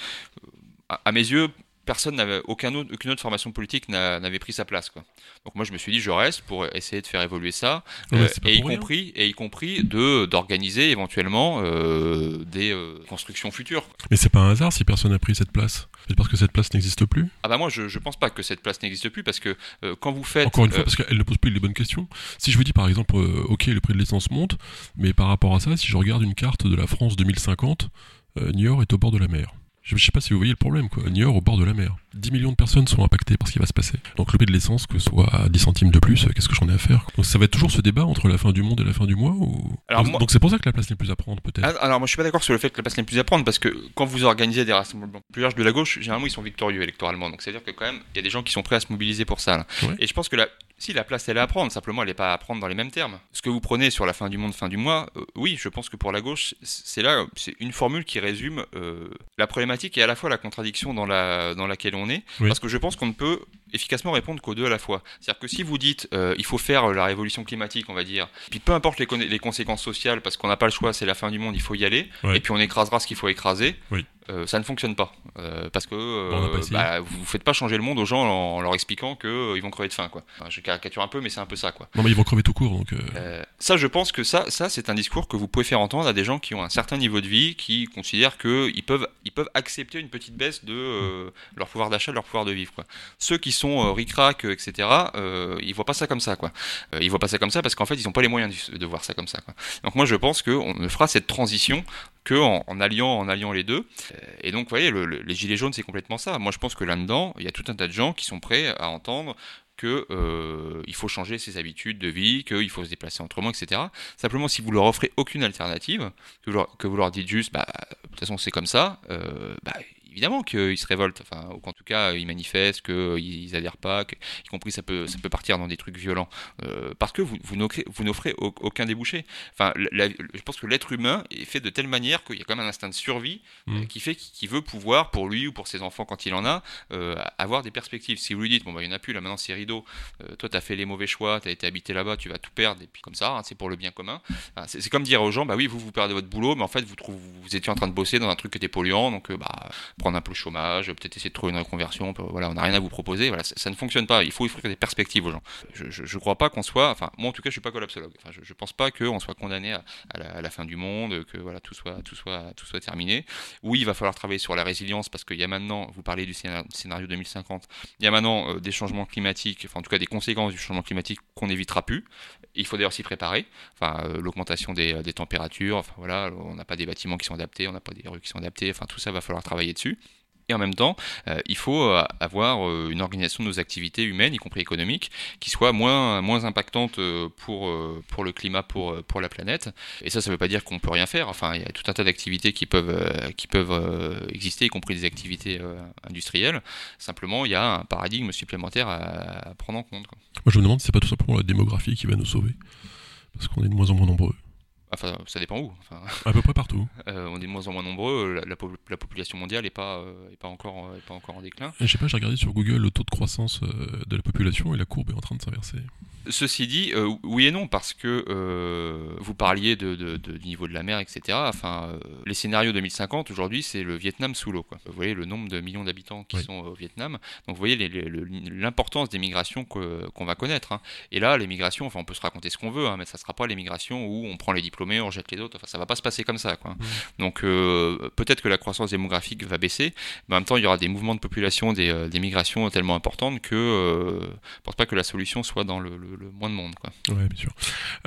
à, à mes yeux personne n'avait, aucun autre, aucune autre formation politique n'a, n'avait pris sa place quoi. Donc moi je me suis dit je reste pour essayer de faire évoluer ça ouais, euh, et, y rien. compris, et y compris de, d'organiser éventuellement euh, des euh, constructions futures. Mais c'est pas un hasard si personne n'a pris cette place. C'est parce que cette place n'existe plus. Ah bah moi je, je pense pas que cette place n'existe plus parce que euh, quand vous faites... Encore une fois euh, parce qu'elle ne pose plus les bonnes questions. Si je vous dis par exemple euh, ok le prix de l'essence monte, mais par rapport à ça si je regarde une carte de la France deux mille cinquante, euh, Niort est au bord de la mer. Je ne sais pas si vous voyez le problème, quoi. Niort au bord de la mer. dix millions de personnes sont impactées par ce qui va se passer. Donc le prix de l'essence, que ce soit à dix centimes de plus, qu'est-ce que j'en ai à faire? Donc ça va être toujours ce débat entre la fin du monde et la fin du mois ou... Alors donc, moi... donc c'est pour ça que la place n'est plus à prendre, peut-être. Alors moi je suis pas d'accord sur le fait que la place n'est plus à prendre parce que quand vous organisez des rassemblements plus larges de la gauche, généralement ils sont victorieux électoralement. Donc c'est-à-dire que quand même il y a des gens qui sont prêts à se mobiliser pour ça. Là. Ouais. Et je pense que la... si la place elle est à prendre, simplement elle n'est pas à prendre dans les mêmes termes. Ce que vous prenez sur la fin du monde, fin du mois, euh, oui, je pense que pour la gauche, c'est là, c'est une formule qui résume euh, la problématique et à la fois la contradiction dans, la, dans laquelle on est. Oui. Parce que je pense qu'on ne peut efficacement répondre qu'aux deux à la fois. C'est-à-dire que si vous dites euh, il faut faire la révolution climatique, on va dire, puis peu importe les, con- les conséquences sociales, parce qu'on n'a pas le choix, c'est la fin du monde, il faut y aller, oui. Et puis on écrasera ce qu'il faut écraser. Oui. Euh, ça ne fonctionne pas euh, parce que euh, bon, bah, vous ne faites pas changer le monde aux gens en, en leur expliquant qu'ils euh, vont crever de faim quoi. Enfin, je caricature un peu mais c'est un peu ça quoi. Non mais ils vont crever tout court donc. Euh... Euh, ça je pense que ça, ça c'est un discours que vous pouvez faire entendre à des gens qui ont un certain niveau de vie, qui considèrent qu'ils peuvent, ils peuvent accepter une petite baisse de euh, leur pouvoir d'achat, de leur pouvoir de vivre quoi. Ceux qui sont euh, ric-rac euh, et cetera euh, ils voient pas ça comme ça quoi. Euh, ils voient pas ça comme ça parce qu'en fait ils n'ont pas les moyens de, de voir ça comme ça quoi. Donc moi je pense qu'on ne fera cette transition que en, en alliant en alliant les deux. Et donc, vous voyez, le, le, les gilets jaunes, c'est complètement ça. Moi, je pense que là-dedans, il y a tout un tas de gens qui sont prêts à entendre qu'il euh, faut changer ses habitudes de vie, qu'il faut se déplacer autrement, et cetera. Simplement, si vous leur offrez aucune alternative, que vous leur, que vous leur dites juste, bah, de toute façon, c'est comme ça, euh, bah, évidemment qu'ils se révoltent, enfin, ou qu'en tout cas ils manifestent, qu'ils adhèrent pas, que, y compris ça peut, ça peut partir dans des trucs violents, euh, parce que vous, vous, n'offrez, vous n'offrez aucun débouché. Enfin, la, la, je pense que l'être humain est fait de telle manière qu'il y a quand même un instinct de survie mmh. euh, qui fait qu'il veut pouvoir, pour lui ou pour ses enfants quand il en a, euh, avoir des perspectives. Si vous lui dites, bon bah il n'y en a plus, là maintenant c'est rideau, euh, toi t'as fait les mauvais choix, t'as été habité là-bas, tu vas tout perdre, et puis comme ça, hein, c'est pour le bien commun. Enfin, c'est, c'est comme dire aux gens, bah oui, vous vous perdez votre boulot, mais en fait vous, trouvez, vous étiez en train de bosser dans un truc qui était polluant, donc euh, bah prendre un peu le chômage, peut-être essayer de trouver une reconversion, voilà, on n'a rien à vous proposer, voilà, ça, ça ne fonctionne pas, il faut offrir des perspectives aux gens. Je ne crois pas qu'on soit, enfin moi en tout cas je suis pas collapsologue, enfin, je ne pense pas qu'on soit condamné à, à, la, à la fin du monde, que voilà, tout, soit, tout, soit, tout soit terminé. Oui, il va falloir travailler sur la résilience parce qu'il y a maintenant, vous parlez du scénario deux mille cinquante, il y a maintenant euh, des changements climatiques, enfin en tout cas des conséquences du changement climatique qu'on n'évitera plus. Il faut d'ailleurs s'y préparer, enfin euh, l'augmentation des, des températures, enfin voilà, on n'a pas des bâtiments qui sont adaptés, on n'a pas des rues qui sont adaptées, enfin tout ça va falloir travailler dessus. Et en même temps, euh, il faut euh, avoir euh, une organisation de nos activités humaines, y compris économiques, qui soit moins, moins impactante euh, pour, euh, pour le climat, pour, euh, pour la planète. Et ça, ça ne veut pas dire qu'on ne peut rien faire. Enfin, il y a tout un tas d'activités qui peuvent, euh, qui peuvent euh, exister, y compris des activités euh, industrielles. Simplement, il y a un paradigme supplémentaire à, à prendre en compte, quoi. Moi, je me demande si c'est pas tout simplement la démographie qui va nous sauver. Parce qu'on est de moins en moins nombreux. Enfin, ça dépend où. Enfin, à peu près partout. Euh, on est de moins en moins nombreux. La, la, la population mondiale n'est pas, euh, est pas, encore, est pas encore en déclin. Et je sais pas, j'ai regardé sur Google le taux de croissance euh, de la population et la courbe est en train de s'inverser. Ceci dit, euh, oui et non, parce que euh, vous parliez de, de, de, du niveau de la mer, et cetera. Enfin, euh, les scénarios deux mille cinquante, aujourd'hui, c'est le Vietnam sous l'eau, quoi. Vous voyez le nombre de millions d'habitants qui oui. sont au Vietnam. Donc, vous voyez les, les, l'importance des migrations que, qu'on va connaître. Hein. Et là, les migrations, enfin, on peut se raconter ce qu'on veut, hein, mais ça ne sera pas les migrations où on prend les diplômés, on jette les autres. Enfin, ça ne va pas se passer comme ça, quoi. Mmh. Donc, euh, peut-être que la croissance démographique va baisser, mais en même temps, il y aura des mouvements de population, des, euh, des migrations tellement importantes que euh, je ne pense pas que la solution soit dans le, le, le moins de monde, quoi. Ouais, bien sûr.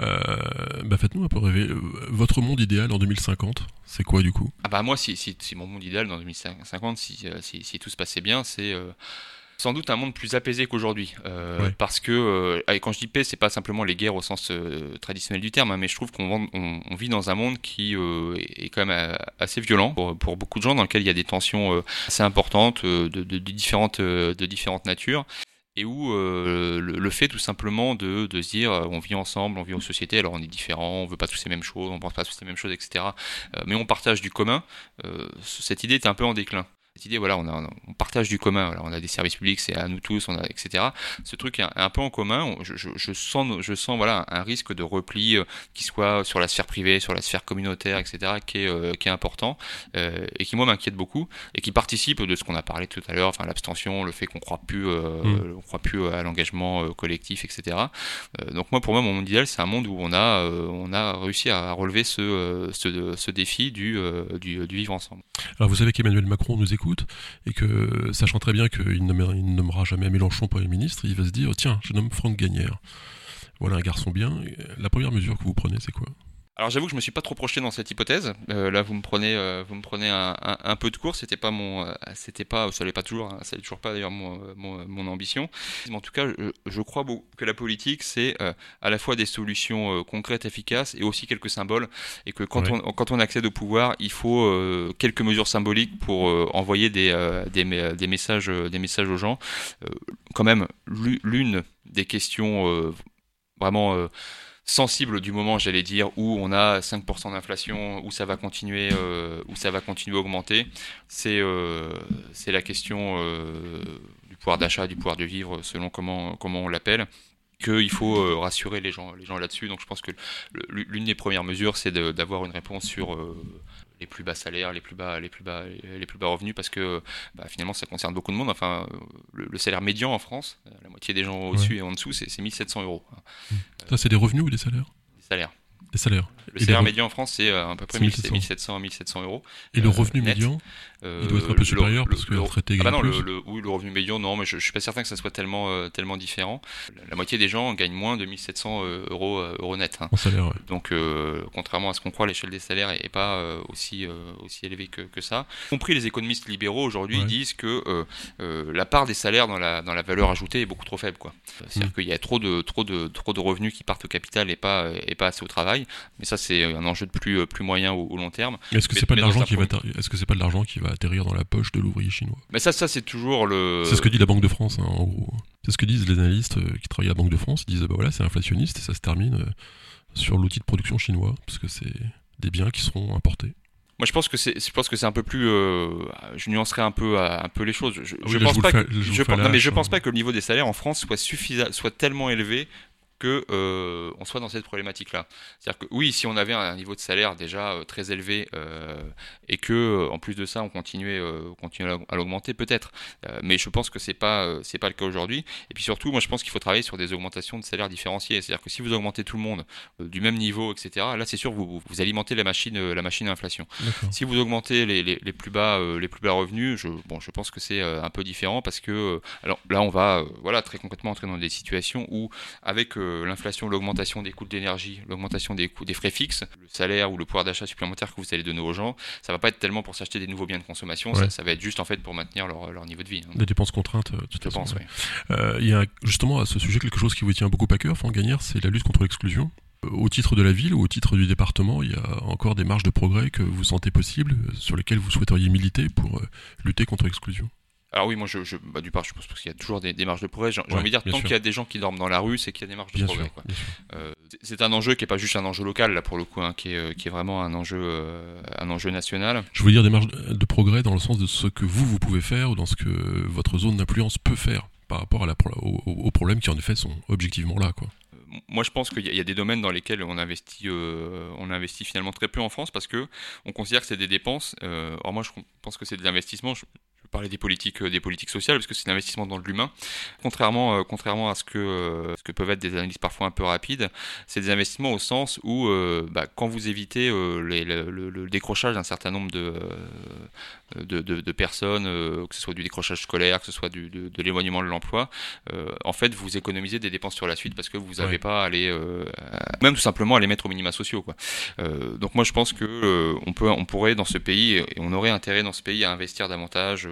Euh, bah faites-nous un peu rêver. Votre monde idéal en deux mille cinquante, c'est quoi du coup ? Ah bah moi, si, si, si mon monde idéal dans deux mille cinquante, si, si, si tout se passait bien, c'est... Euh, sans doute un monde plus apaisé qu'aujourd'hui, euh, Ouais. parce que euh, et quand je dis paix, c'est pas simplement les guerres au sens euh, traditionnel du terme, hein, mais je trouve qu'on on, on vit dans un monde qui euh, est quand même euh, assez violent pour, pour beaucoup de gens, dans lequel il y a des tensions euh, assez importantes euh, de, de, de différentes euh, de différentes natures. Et où euh, le, le fait tout simplement de, de se dire euh, on vit ensemble, on vit en société, alors on est différents, on veut pas tous les mêmes choses, on pense pas tous les mêmes choses, et cetera. Euh, mais on partage du commun. Euh, cette idée est un peu en déclin. Cette idée, voilà, on, a, on partage du commun, voilà, on a des services publics, c'est à nous tous, on a, et cetera. Ce truc est un, un peu en commun. Je, je, je sens, je sens, voilà, un risque de repli euh, qui soit sur la sphère privée, sur la sphère communautaire, et cetera, qui est, euh, qui est important euh, et qui moi m'inquiète beaucoup et qui participe de ce qu'on a parlé tout à l'heure, enfin l'abstention, le fait qu'on croit plus, euh, mmh. on croit plus à l'engagement euh, collectif, et cetera. Euh, donc moi, pour moi, mon monde idéal, c'est un monde où on a, euh, on a réussi à relever ce, euh, ce, ce défi du, euh, du, du vivre ensemble. Alors vous savez qu'Emmanuel Macron nous écoute et que, sachant très bien qu'il ne nommera jamais Mélenchon Premier ministre, il va se dire tiens, je nomme Franck Gagnère. Voilà un garçon bien. La première mesure que vous prenez, c'est quoi ? Alors j'avoue que je me suis pas trop projeté dans cette hypothèse. Euh, là vous me prenez, euh, vous me prenez un, un, un peu de cours. C'était pas mon, euh, c'était pas, ça l'est pas toujours, hein, ça l'est toujours pas d'ailleurs mon, mon, mon ambition. Mais en tout cas, je, je crois beaucoup que la politique c'est euh, à la fois des solutions euh, concrètes, efficaces, et aussi quelques symboles. Et que quand ouais. on quand on accède au pouvoir, il faut euh, quelques mesures symboliques pour euh, envoyer des, euh, des des messages, des messages aux gens. Euh, quand même, l'une des questions euh, vraiment euh, sensible du moment, j'allais dire, où on a cinq pour cent d'inflation, où ça va continuer, euh, où ça va continuer à augmenter, c'est euh, c'est la question euh, du pouvoir d'achat, du pouvoir de vivre, selon comment comment on l'appelle. Qu'il faut euh, rassurer les gens, les gens là-dessus. Donc je pense que l'une des premières mesures, c'est de, d'avoir une réponse sur euh, les plus bas salaires, les plus bas, les plus bas, les plus bas revenus, parce que bah, finalement ça concerne beaucoup de monde. Enfin, le, le salaire médian en France, la moitié des gens au-dessus ouais. et en dessous, c'est, c'est mille sept cents euros. Ça, c'est des revenus ou des salaires ? Des salaires. Des salaires. Le salaire re... médian en France, c'est à peu près mille sept cents à mille sept cents euros. Et le revenu euh, médian, euh, il doit être un peu supérieur le, parce que le retraité gagne ah bah non, plus. Le, le, oui, le revenu médian, non, mais je, je suis pas certain que ça soit tellement, euh, tellement différent. La, la moitié des gens gagnent moins de mille sept cents euros, euh, euros net. Hein. En salaire, ouais. Donc, euh, contrairement à ce qu'on croit, l'échelle des salaires est pas euh, aussi, euh, aussi élevée que, que ça. Y compris les économistes libéraux aujourd'hui ouais. disent que euh, euh, la part des salaires dans la, dans la valeur ajoutée est beaucoup trop faible, quoi. C'est-à-dire mmh. qu'il y a trop de, trop de, trop de revenus qui partent au capital et pas, et pas assez au travail. Mais ça, c'est un enjeu de plus, plus moyen au, au long terme. Est-ce que mais, c'est pas de l'argent qui va atterrir, est-ce que c'est pas de l'argent qui va atterrir dans la poche de l'ouvrier chinois ? Mais ça, ça c'est toujours le. C'est ce que dit la Banque de France, hein, en gros. C'est ce que disent les analystes qui travaillent à la Banque de France. Ils disent bah voilà, c'est inflationniste et ça se termine sur l'outil de production chinois parce que c'est des biens qui seront importés. Moi, je pense que c'est, je pense que c'est un peu plus. Euh, je nuancerai un peu, un peu les choses. Je, oui, je là, pense je pas. Fais, que, je, je pense, non, mais je pense pas que le niveau des salaires en France soit suffisant, soit tellement élevé que euh, on soit dans cette problématique-là. C'est-à-dire que oui, si on avait un niveau de salaire déjà euh, très élevé euh, et que euh, en plus de ça on continuait, euh, continuait à l'augmenter peut-être, euh, mais je pense que c'est pas euh, c'est pas le cas aujourd'hui. Et puis surtout, moi je pense qu'il faut travailler sur des augmentations de salaires différenciées. C'est-à-dire que si vous augmentez tout le monde euh, du même niveau, et cetera. Là, c'est sûr vous vous alimentez la machine euh, la machine à inflation. D'accord. Si vous augmentez les, les, les plus bas euh, les plus bas revenus, je bon je pense que c'est euh, un peu différent parce que euh, alors là on va euh, voilà très concrètement entrer dans des situations où avec euh, l'inflation, l'augmentation des coûts de l'énergie, l'augmentation des coûts des frais fixes, le salaire ou le pouvoir d'achat supplémentaire que vous allez donner aux gens, ça va pas être tellement pour s'acheter des nouveaux biens de consommation, ouais. ça, ça va être juste en fait pour maintenir leur, leur niveau de vie. Hein. Des dépenses contraintes, de toute Je façon. pense, ouais. oui. Euh, il y a justement à ce sujet quelque chose qui vous tient beaucoup à cœur, Franck Gagnère, c'est la lutte contre l'exclusion. Au titre de la ville ou au titre du département, il y a encore des marges de progrès que vous sentez possibles, sur lesquelles vous souhaiteriez militer pour euh, lutter contre l'exclusion. Alors oui, moi, je, je, bah, du part, je pense qu'il y a toujours des, des marges de progrès. J'ai, j'ai ouais, envie de dire, tant sûr. qu'il y a des gens qui dorment dans la rue, c'est qu'il y a des marges de bien progrès. Sûr, quoi. Euh, c'est un enjeu qui n'est pas juste un enjeu local, là, pour le coup, hein, qui, est, qui est vraiment un enjeu, euh, un enjeu national. Je veux dire des marges de progrès dans le sens de ce que vous, vous pouvez faire ou dans ce que votre zone d'influence peut faire par rapport à la, aux, aux problèmes qui, en effet, sont objectivement là, quoi. Moi, je pense qu'il y a des domaines dans lesquels on investit, euh, on investit finalement très peu en France parce que on considère que c'est des dépenses. Euh, or moi, je pense que c'est des investissements. Je, je parlais des politiques, euh, des politiques sociales parce que c'est un investissement dans l'humain. Contrairement, euh, contrairement à ce que, euh, ce que peuvent être des analyses parfois un peu rapides, c'est des investissements au sens où, euh, bah, quand vous évitez euh, les, le, le, le décrochage d'un certain nombre de, euh, de, de, de personnes, euh, que ce soit du décrochage scolaire, que ce soit du, de, de l'éloignement de l'emploi, euh, en fait, vous économisez des dépenses sur la suite parce que vous n'avez ouais. pas à les, euh, à, même tout simplement à les mettre aux minima sociaux, quoi. Euh, donc moi, je pense que euh, on peut, on pourrait dans ce pays et on aurait intérêt dans ce pays à investir davantage. Euh,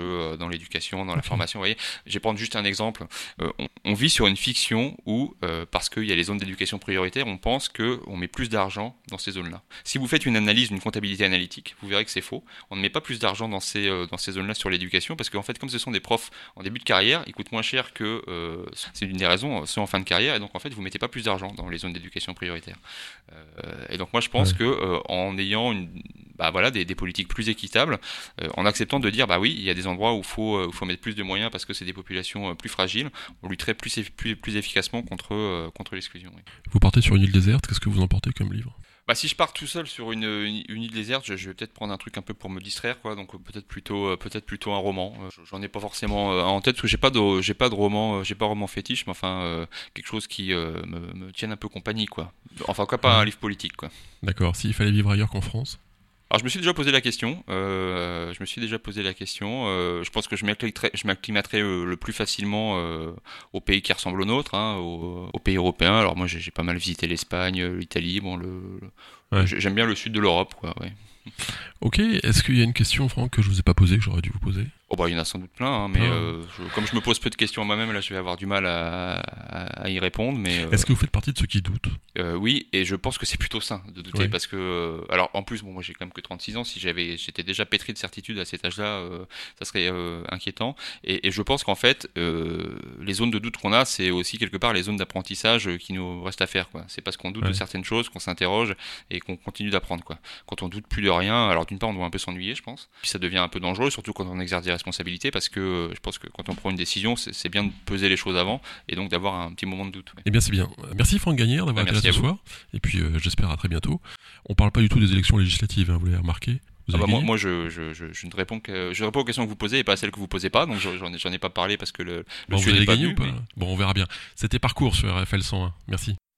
euh, dans l'éducation, dans la Ok. formation. Vous voyez, je vais prendre juste un exemple. Euh, on, on vit sur une fiction où, euh, parce qu'il y a les zones d'éducation prioritaire, on pense qu'on met plus d'argent dans ces zones-là. Si vous faites une analyse, une comptabilité analytique, vous verrez que c'est faux. On ne met pas plus d'argent dans ces, euh, dans ces zones-là sur l'éducation, parce qu'en fait, comme ce sont des profs en début de carrière, ils coûtent moins cher que, euh, c'est une des raisons, ceux en fin de carrière, et donc en fait, vous mettez pas plus d'argent dans les zones d'éducation prioritaire. Euh, et donc moi, je pense Ouais. que euh, en ayant une, bah, voilà, des, des politiques plus équitables, euh, en acceptant de dire, bah oui, il y a des endroits où il faut, euh, où faut mettre plus de moyens parce que c'est des populations euh, plus fragiles, on lutterait plus, eff- plus, plus efficacement contre, euh, contre l'exclusion. Oui. Vous partez sur une île déserte, qu'est-ce que vous en portez comme livre? Bah, si je pars tout seul sur une, une, une île déserte, je, je vais peut-être prendre un truc un peu pour me distraire, quoi. Donc euh, peut-être plutôt, euh, peut-être plutôt un roman. Euh, j'en ai pas forcément euh, un en tête parce que j'ai pas de, j'ai pas de roman, euh, j'ai pas de roman fétiche, mais enfin euh, quelque chose qui euh, me, me tienne un peu compagnie, quoi. Enfin, quoi, pas Ouais. un livre politique, quoi. D'accord, s'il fallait vivre ailleurs qu'en France? Alors je me suis déjà posé la question. Euh, je me suis déjà posé la question. Euh, je pense que je m'acclimaterais, je m'acclimaterais euh, le plus facilement euh, aux pays qui ressemblent aux nôtres, hein, aux, aux pays européens. Alors moi j'ai, j'ai pas mal visité l'Espagne, euh, l'Italie. Bon, le, le- Ouais. j'ai- j'aime bien le sud de l'Europe, quoi. Ouais. Ok, est-ce qu'il y a une question, Franck, que je vous ai pas posée, que j'aurais dû vous poser? Oh bah il y en a sans doute plein, hein, mais Plein. euh, je- comme je me pose peu de questions moi-même, là je vais avoir du mal à, à- à y répondre. Mais euh, Est-ce que vous faites partie de ceux qui doutent? Euh, oui, et je pense que c'est plutôt sain de douter Ouais. parce que, euh, alors en plus, bon, moi j'ai quand même que trente-six ans, si j'avais, j'étais déjà pétri de certitude à cet âge-là, euh, ça serait euh, inquiétant. Et, et je pense qu'en fait, euh, les zones de doute qu'on a, c'est aussi quelque part les zones d'apprentissage euh, qui nous restent à faire, quoi. C'est parce qu'on doute Ouais. de certaines choses qu'on s'interroge et qu'on continue d'apprendre, quoi. Quand on doute plus de rien, alors d'une part on doit un peu s'ennuyer, je pense, puis ça devient un peu dangereux, surtout quand on exerce des responsabilités, parce que euh, je pense que quand on prend une décision, c'est, c'est bien de peser les choses avant et donc d'avoir un petit moment de doute. Ouais. Eh bien, c'est bien. Euh, Merci Franck Gagnère d'avoir Bah, été là merci à ce vous. soir. Et puis, euh, j'espère à très bientôt. On parle pas du tout des élections législatives, hein, vous l'avez remarqué. Vous Ah avez bah moi, gagné. moi je, je, je, je ne réponds que je réponds aux questions que vous posez et pas à celles que vous posez pas, donc j'en j'en ai, j'en ai pas parlé parce que le, le Bon, vous sujet avez n'est pas gagné venu, ou pas? mais- Bon, on verra bien. C'était Parcours sur R F L cent un. Merci.